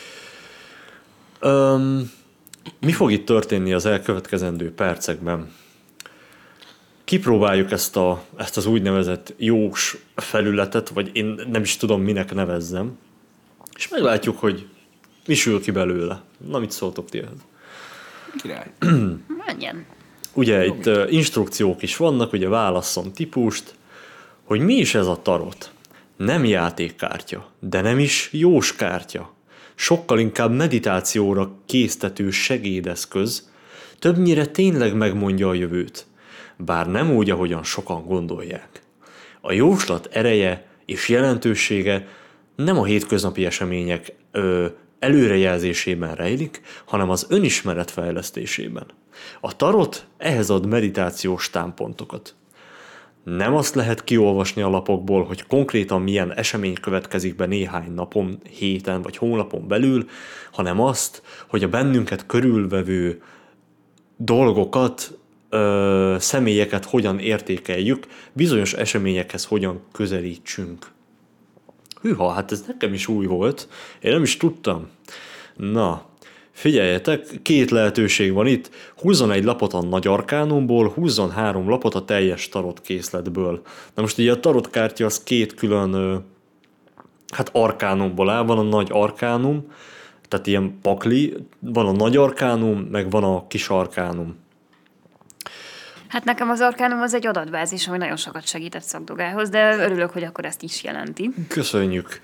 Mi fog itt történni az elkövetkezendő percekben? Kipróbáljuk ezt az úgynevezett jós felületet, vagy én nem is tudom, minek nevezzem, és meglátjuk, hogy mi sül ki belőle. Na, mit szóltok ti ehhez? Király. Menjen. ugye itt instrukciók is vannak, ugye válasszon típust, hogy mi is ez a tarot. Nem játékkártya, de nem is jóskártya. Sokkal inkább meditációra késztető segédeszköz, többnyire tényleg megmondja a jövőt, bár nem úgy, ahogyan sokan gondolják. A jóslat ereje és jelentősége nem a hétköznapi események előrejelzésében rejlik, hanem az önismeret fejlesztésében. A tarot ehhez ad meditációs támpontokat. Nem azt lehet kiolvasni a lapokból, hogy konkrétan milyen esemény következik be néhány napon, héten vagy hónapon belül, hanem azt, hogy a bennünket körülvevő dolgokat, személyeket hogyan értékeljük, bizonyos eseményekhez hogyan közelítsünk. Hűha, hát ez nekem is új volt, én nem is tudtam. Na, figyeljetek, 2 lehetőség van itt, húzzon egy lapot a nagy arkánumból, húzzon 3 lapot a teljes tarot készletből. Na most ugye a tarot kártya az 2 külön arkánumból áll, van a nagy arkánum, tehát ilyen pakli, van a nagy arkánum, meg van a kis arkánum. Hát nekem az arkánum az egy adatbázis, ami nagyon sokat segített Szakdogához, de örülök, hogy akkor ezt is jelenti. Köszönjük.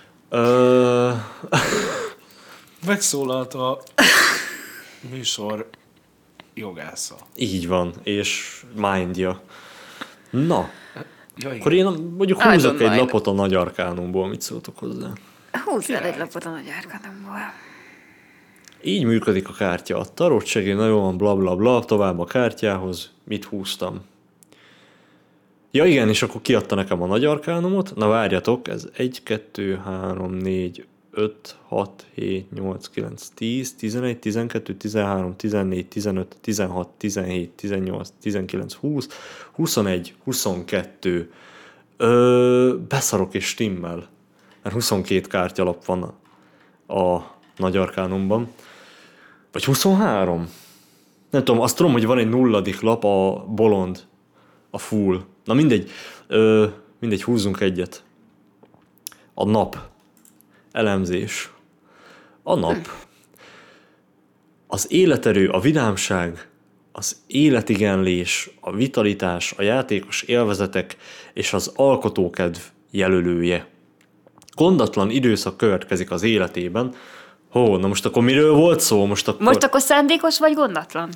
Megszólalt a műsor jogásza. Így van, és mindja. Na, Ja, akkor én mondjuk húzok egy mind. lapot a nagy arkánumból, mit szóltok hozzá? Húzzál egy lapot a nagy arkánumból. Így működik a kártya. A tarot segély nagyon van, bla bla bla, tovább a kártyához. Mit húztam? Ja igen, és akkor kiadta nekem a nagy arkánumot. Na várjatok, ez 1, 2, 3, 4, 5, 6, 7, 8, 9, 10, 11, 12, 13, 14, 15, 16, 17, 18, 19, 20, 21, 22. Beszarok és stimmel. Mert 22 kártyalap van a nagy arkánumban. Vagy 23? Nem tudom, azt tudom, hogy van egy 0. lap, a bolond, a full. Na mindegy, mindegy, húzzunk egyet. A nap. Elemzés. A nap. Az életerő, a vidámság, az életigenlés, a vitalitás, a játékos élvezetek és az alkotókedv jelölője. Gondatlan időszak következik az életében. Na most akkor miről volt szó? Most akkor Szándékos vagy gondatlan?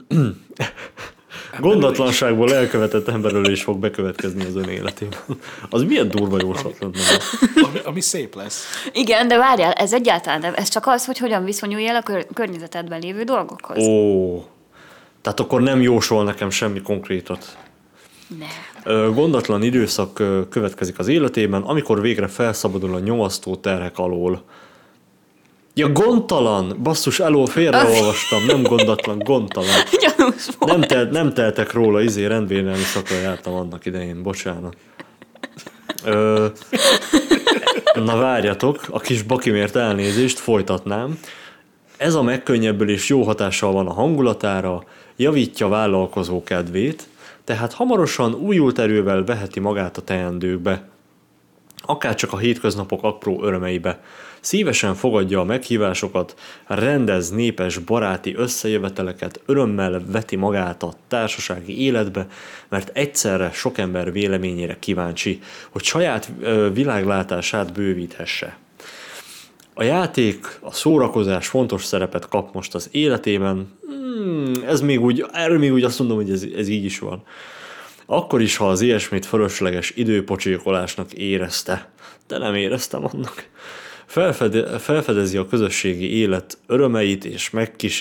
Gondatlanságból elkövetett emberről is fog bekövetkezni az ön életében. Az milyen durva jóslat lenne. Ami szép lesz. Igen, de várjál, ez egyáltalán nem. Ez csak az, hogy hogyan viszonyulj el a környezetedben lévő dolgokhoz. Tehát akkor nem jósol nekem semmi konkrétat. Nem. Gondatlan időszak következik az életében, amikor végre felszabadul a nyomasztó terhek alól. Ja, gondtalan! Basszus, félreolvastam, nem gondatlan, gondtalan. Gyanús volt. Nem teltek róla, rendvédelmi szakra jártam annak idején, bocsánat. Na várjatok, a kis bakimért elnézést, folytatnám. Ez a megkönnyebbülés jó hatással van a hangulatára, javítja vállalkozó kedvét, tehát hamarosan újult erővel veheti magát a teendőkbe. Akárcsak a hétköznapok apró örömeibe. Szívesen fogadja a meghívásokat, rendez népes baráti összejöveteleket, örömmel veti magát a társasági életbe, mert egyszerre sok ember véleményére kíváncsi, hogy saját világlátását bővíthesse. A játék, a szórakozás fontos szerepet kap most az életében. Erről még úgy azt mondom, hogy ez így is van. Akkor is, ha az ilyesmit fölösleges időpocsékolásnak érezte, de nem éreztem annak. Felfedezi a közösségi élet örömeit, és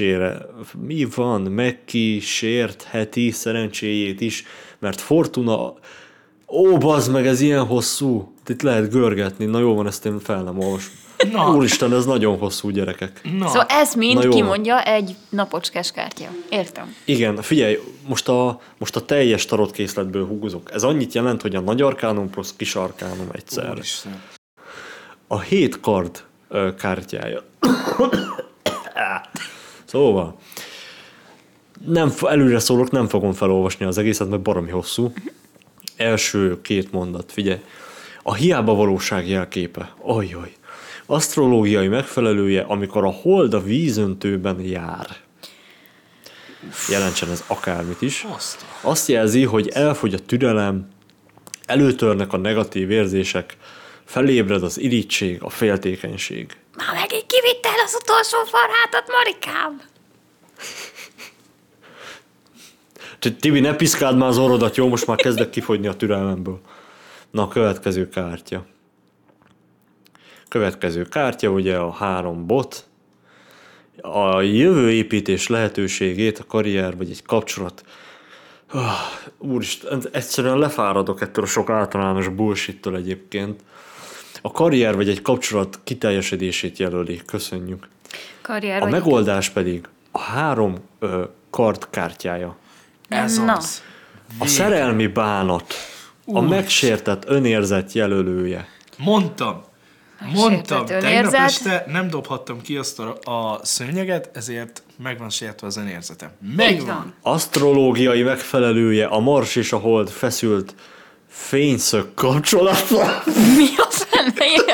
megkísértheti szerencséjét is, mert Fortuna... bazd meg, ez ilyen hosszú. Itt lehet görgetni. Na jó van, ezt én fel nem olvasom. Úristen, ez nagyon hosszú, gyerekek. Szóval ez mind kimondja egy napocskás kártya. Értem. Igen, figyelj, most a teljes tarotkészletből húzok. Ez annyit jelent, hogy a nagy arkánum plusz kis arkánum egyszerre. Úristen. A 7 kard kártyája. Szóval előre szólok, nem fogom felolvasni az egészet, mert baromi hosszú. Első 2 mondat, figyelj. A hiába valóság jelképe. Ajjaj. Asztrológiai megfelelője, amikor a hold a vízöntőben jár. jelentsen ez akármit is. Azt. Azt jelzi, hogy elfogy a türelem, előtörnek a negatív érzések, felébred az irigység, a féltékenység. Már megint kivittél az utolsó farhátat, Marikám! Tibi, ne piszkáld már az orrodat, jó? Most már kezdek kifogyni a türelmemből. Na, a következő kártya. Következő kártya, ugye a 3 bot. A jövőépítés lehetőségét, a karrier vagy egy kapcsolat. Úristen, egyszerűen lefáradok ettől a sok általános bullshit-től egyébként. A karrier vagy egy kapcsolat kiteljesedését jelöli. Köszönjük. Karrier A vagy... megoldás pedig a 3 kard kártyája. Ez Na. az. A szerelmi bánat, a megsértett önérzet jelölője. Mondtam, Megsértett tegnap önérzet. este nem dobhattam ki azt a szőnyeget, ezért meg van sértve az önérzetem. Így Megvan. van. Asztrológiai megfelelője a Mars és a Hold feszült fényszög kapcsolata. Mi a fenneje?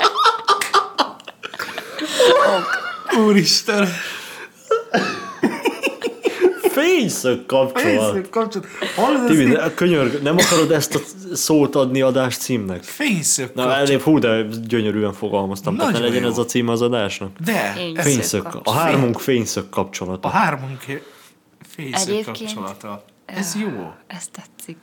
Úristen. Fényszög kapcsolat. Hallod, Tibi, könyörg, nem akarod ezt a szót adni adás címnek? Fényszög Na, kapcsolat. elég, hú, de gyönyörűen fogalmaztam. Tehát ne Nagyon legyen jó. ez a címe az adásnak. De, Fény- ez Fényszög, kapcsolat. a 3 fényszög kapcsolata. a 3 fényszög Egyébként- kapcsolata. Ez jó. Ez tetszik.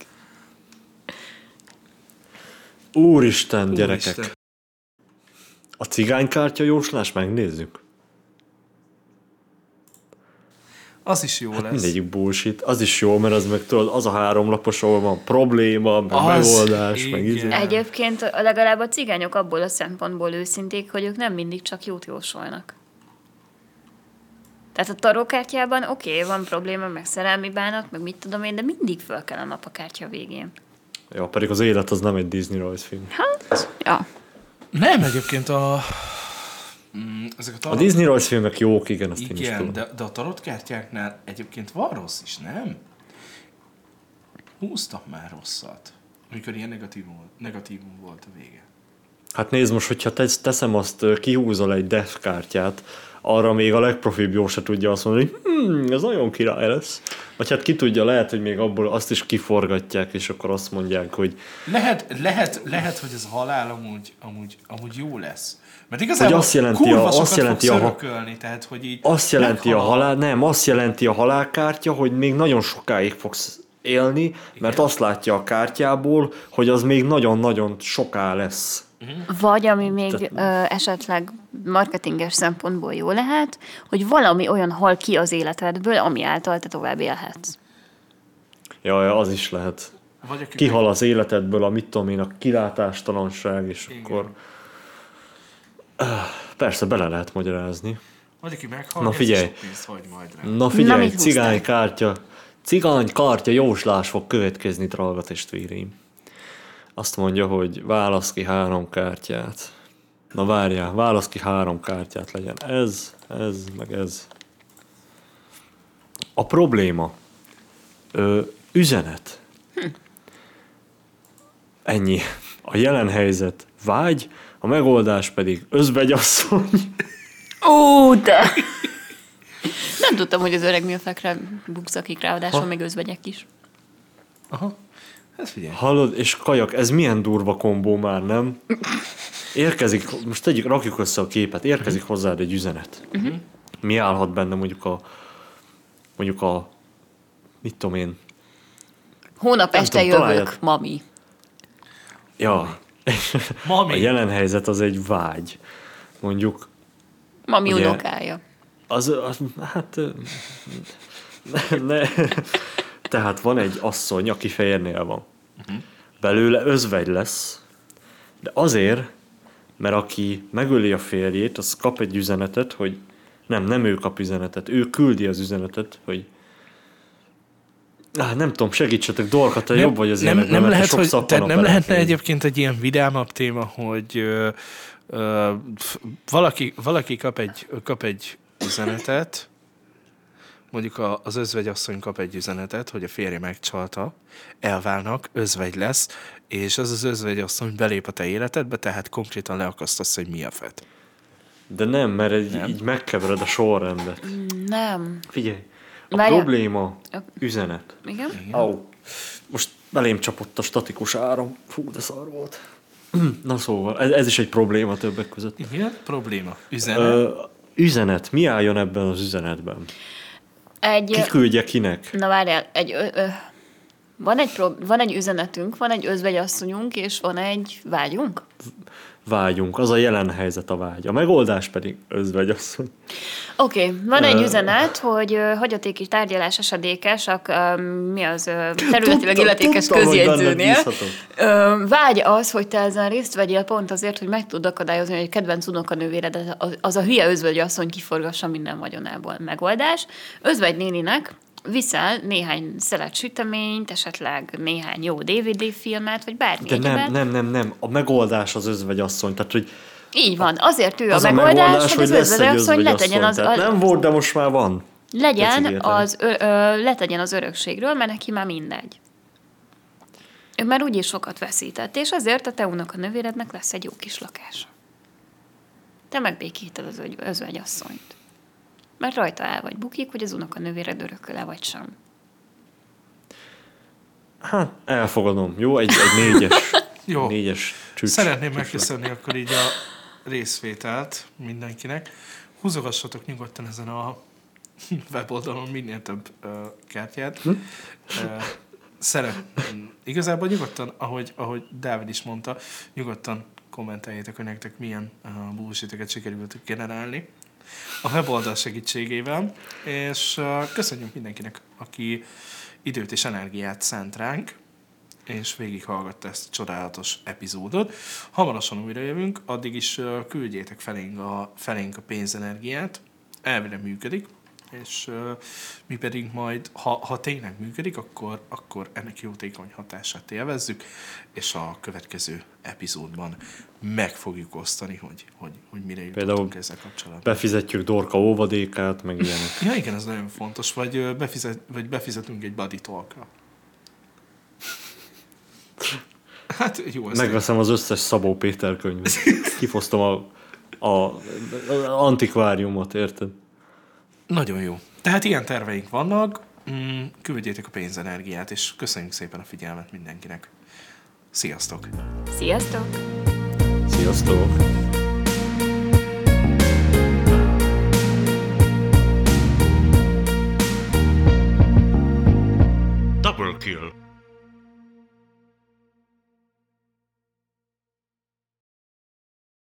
Úristen, gyerekek. Úristen. A cigánykártya jóslás, megnézzük. Az is jó lesz. Mindegyik bullshit. Az is jó, mert az meg tudod, az a 3 lapos, ahol van probléma, meg Az, megoldás, meg igen. izé. Egyébként legalább a cigányok abból a szempontból őszinték, hogy ők nem mindig csak jót jósolnak. Tehát a tarókártyában oké, van probléma, meg szerelmi bánat, meg mit tudom én, de mindig föl kell a nap a kártya végén. Ja, pedig az élet az nem egy Disney rajzfilm. Hát, ja. Nem, egyébként ezek a A tarot... Disney rajzfilmek jók, igen, azt én is Igen, tudom. de a tarotkártyáknál egyébként van rossz is, nem? Húztak már rosszat, amikor ilyen negatívum volt a vége. Hát nézd most, hogyha teszem azt, kihúzol egy death kártyát, arra még a legprofibb jó se tudja azt mondani, hogy ez nagyon király lesz. Vagy hát ki tudja, lehet, hogy még abból azt is kiforgatják, és akkor azt mondják, hogy Lehet, hogy ez a halál amúgy jó lesz. Mert igazából azt jelenti kurva azt sokat jelenti fog a- szörökölni, tehát hogy így azt jelenti a meghal halál, nem, azt jelenti a halálkártya, hogy még nagyon sokáig fogsz élni, mert azt látja a kártyából, hogy az még nagyon-nagyon soká lesz. Vagy ami még esetleg marketinges szempontból jó lehet, hogy valami olyan hal ki az életedből, ami által te tovább élhetsz. Jaj, az is lehet. Vagy aki Kihal az életedből a mit tudom én, a kilátástalanság, és Igen. akkor... Persze, bele lehet magyarázni. Vagy aki meghal, Na ez figyelj. sok pénzt hagy majd rá. Na figyelj, mit húztál? cigánykártya jóslás fog következni, drága testvéreim. Azt mondja, hogy válasz ki 3 kártyát. Na várjál, válasz ki 3 kártyát, legyen ez, meg ez. A probléma. Üzenet. Ennyi. A jelen helyzet vágy, a megoldás pedig özvegyasszony. Ó, de! Nem tudtam, hogy az öreg műfekre bukszakik, ráadásul még özvegyek is. Aha. Hát figyelj. Hallod, és kajak, ez milyen durva kombó már, nem? Érkezik, most rakjuk össze a képet, érkezik hozzád egy üzenet. Mi állhat benne mondjuk a mit tudom én, Hónap Nem este tudom, jövök, találjad. mami. ja, Mami. a jelen helyzet az egy vágy. Mondjuk, Mami Ugye- unokája. hát ne. Tehát van egy asszony, aki férnél van. Belőle özvegy lesz, de azért, mert aki megöli a férjét, az kap egy üzenetet, hogy nem ő kap üzenetet, ő küldi az üzenetet, hogy nem tudom, segítsetek, Dorka, te jobb vagy az életben, nem mert te lehet, sok hogy szappanapelek nem lehetne néz. egyébként egy ilyen vidámabb téma, hogy valaki kap egy üzenetet, mondjuk az özvegyasszony kap egy üzenetet, hogy a férje megcsalta, elválnak, özvegy lesz, és az özvegyasszony belép a te életedbe, tehát konkrétan leakasztasz, hogy mi a fet. De nem, mert így megkevered a sorrendet. Nem. Figyelj, Várjál. Probléma, üzenet. Igen? Au. Most belém csapott a statikus áram. Fú, de szar volt. Na szóval, ez is egy probléma többek között. Igen, probléma. Üzenet. Üzenet. Mi álljon ebben az üzenetben? Ki küldje kinek? Na várjál, van egy üzenetünk, van egy özvegyasszonyunk, és van egy vágyunk? Vágyunk. Az a jelen helyzet a vágy. A megoldás pedig özvegyasszony. Oké, van egy üzenet, hogy hagyatéki tárgyalás esedékes, mi az területileg illetékes közjegyzőnél. Vágy az, hogy te ezen részt vegyél pont azért, hogy meg tud akadályozni, hogy egy kedvenc unokanővéred, az a hülye özvegyasszony kiforgassa minden vagyonából. Megoldás. Özvegynéninek viszel néhány szelet süteményt, esetleg néhány jó DVD filmet, vagy bármi egyébet. Nem. A megoldás az özvegyasszony. Tehát, hogy így van. Azért ő a megoldás, hogy az özvegyasszony letegyen az... Nem volt, de most már van. Letegyen az örökségről, mert neki már mindegy. Ő már úgyis sokat veszített, és azért a te unokanövérednek lesz egy jó kis lakása. Te megbékíted az özvegyasszonyt. Mert rajta el vagy bukik, hogy az unokanövéred örököle vagy sem. Hát, elfogadom. Jó, egy négyes csücs. Szeretném megköszönni akkor így a részvételt mindenkinek. Húzogassatok nyugodtan ezen a weboldalon minél több kártyát. Igazából nyugodtan, ahogy Dávid is mondta, nyugodtan kommenteljétek, hogy nektek milyen bullshiteket sikerült generálni a weboldal segítségével, és köszönjük mindenkinek, aki időt és energiát szánt ránk, és végighallgatta ezt a csodálatos epizódot. Hamarosan újra jövünk, addig is küldjétek felénk a pénzenergiát, elvire működik, és mi pedig majd, ha tényleg működik, akkor ennek jótékony hatását élvezzük, és a következő epizódban meg fogjuk osztani, hogy mire jutottunk ezzel kapcsolatban. Befizetjük Dorka óvadékát, meg ilyenek. Ja igen, ez nagyon fontos, vagy befizetünk egy Buddy Talkra. Hát jó. Megveszem az összes Szabó Péter könyvet. Kifosztom a antikváriumot, érted? Nagyon jó. Tehát ilyen terveink vannak, küldjétek a pénzenergiát, és köszönjük szépen a figyelmet mindenkinek. Sziasztok! Sziasztok! Sziasztok! Double kill.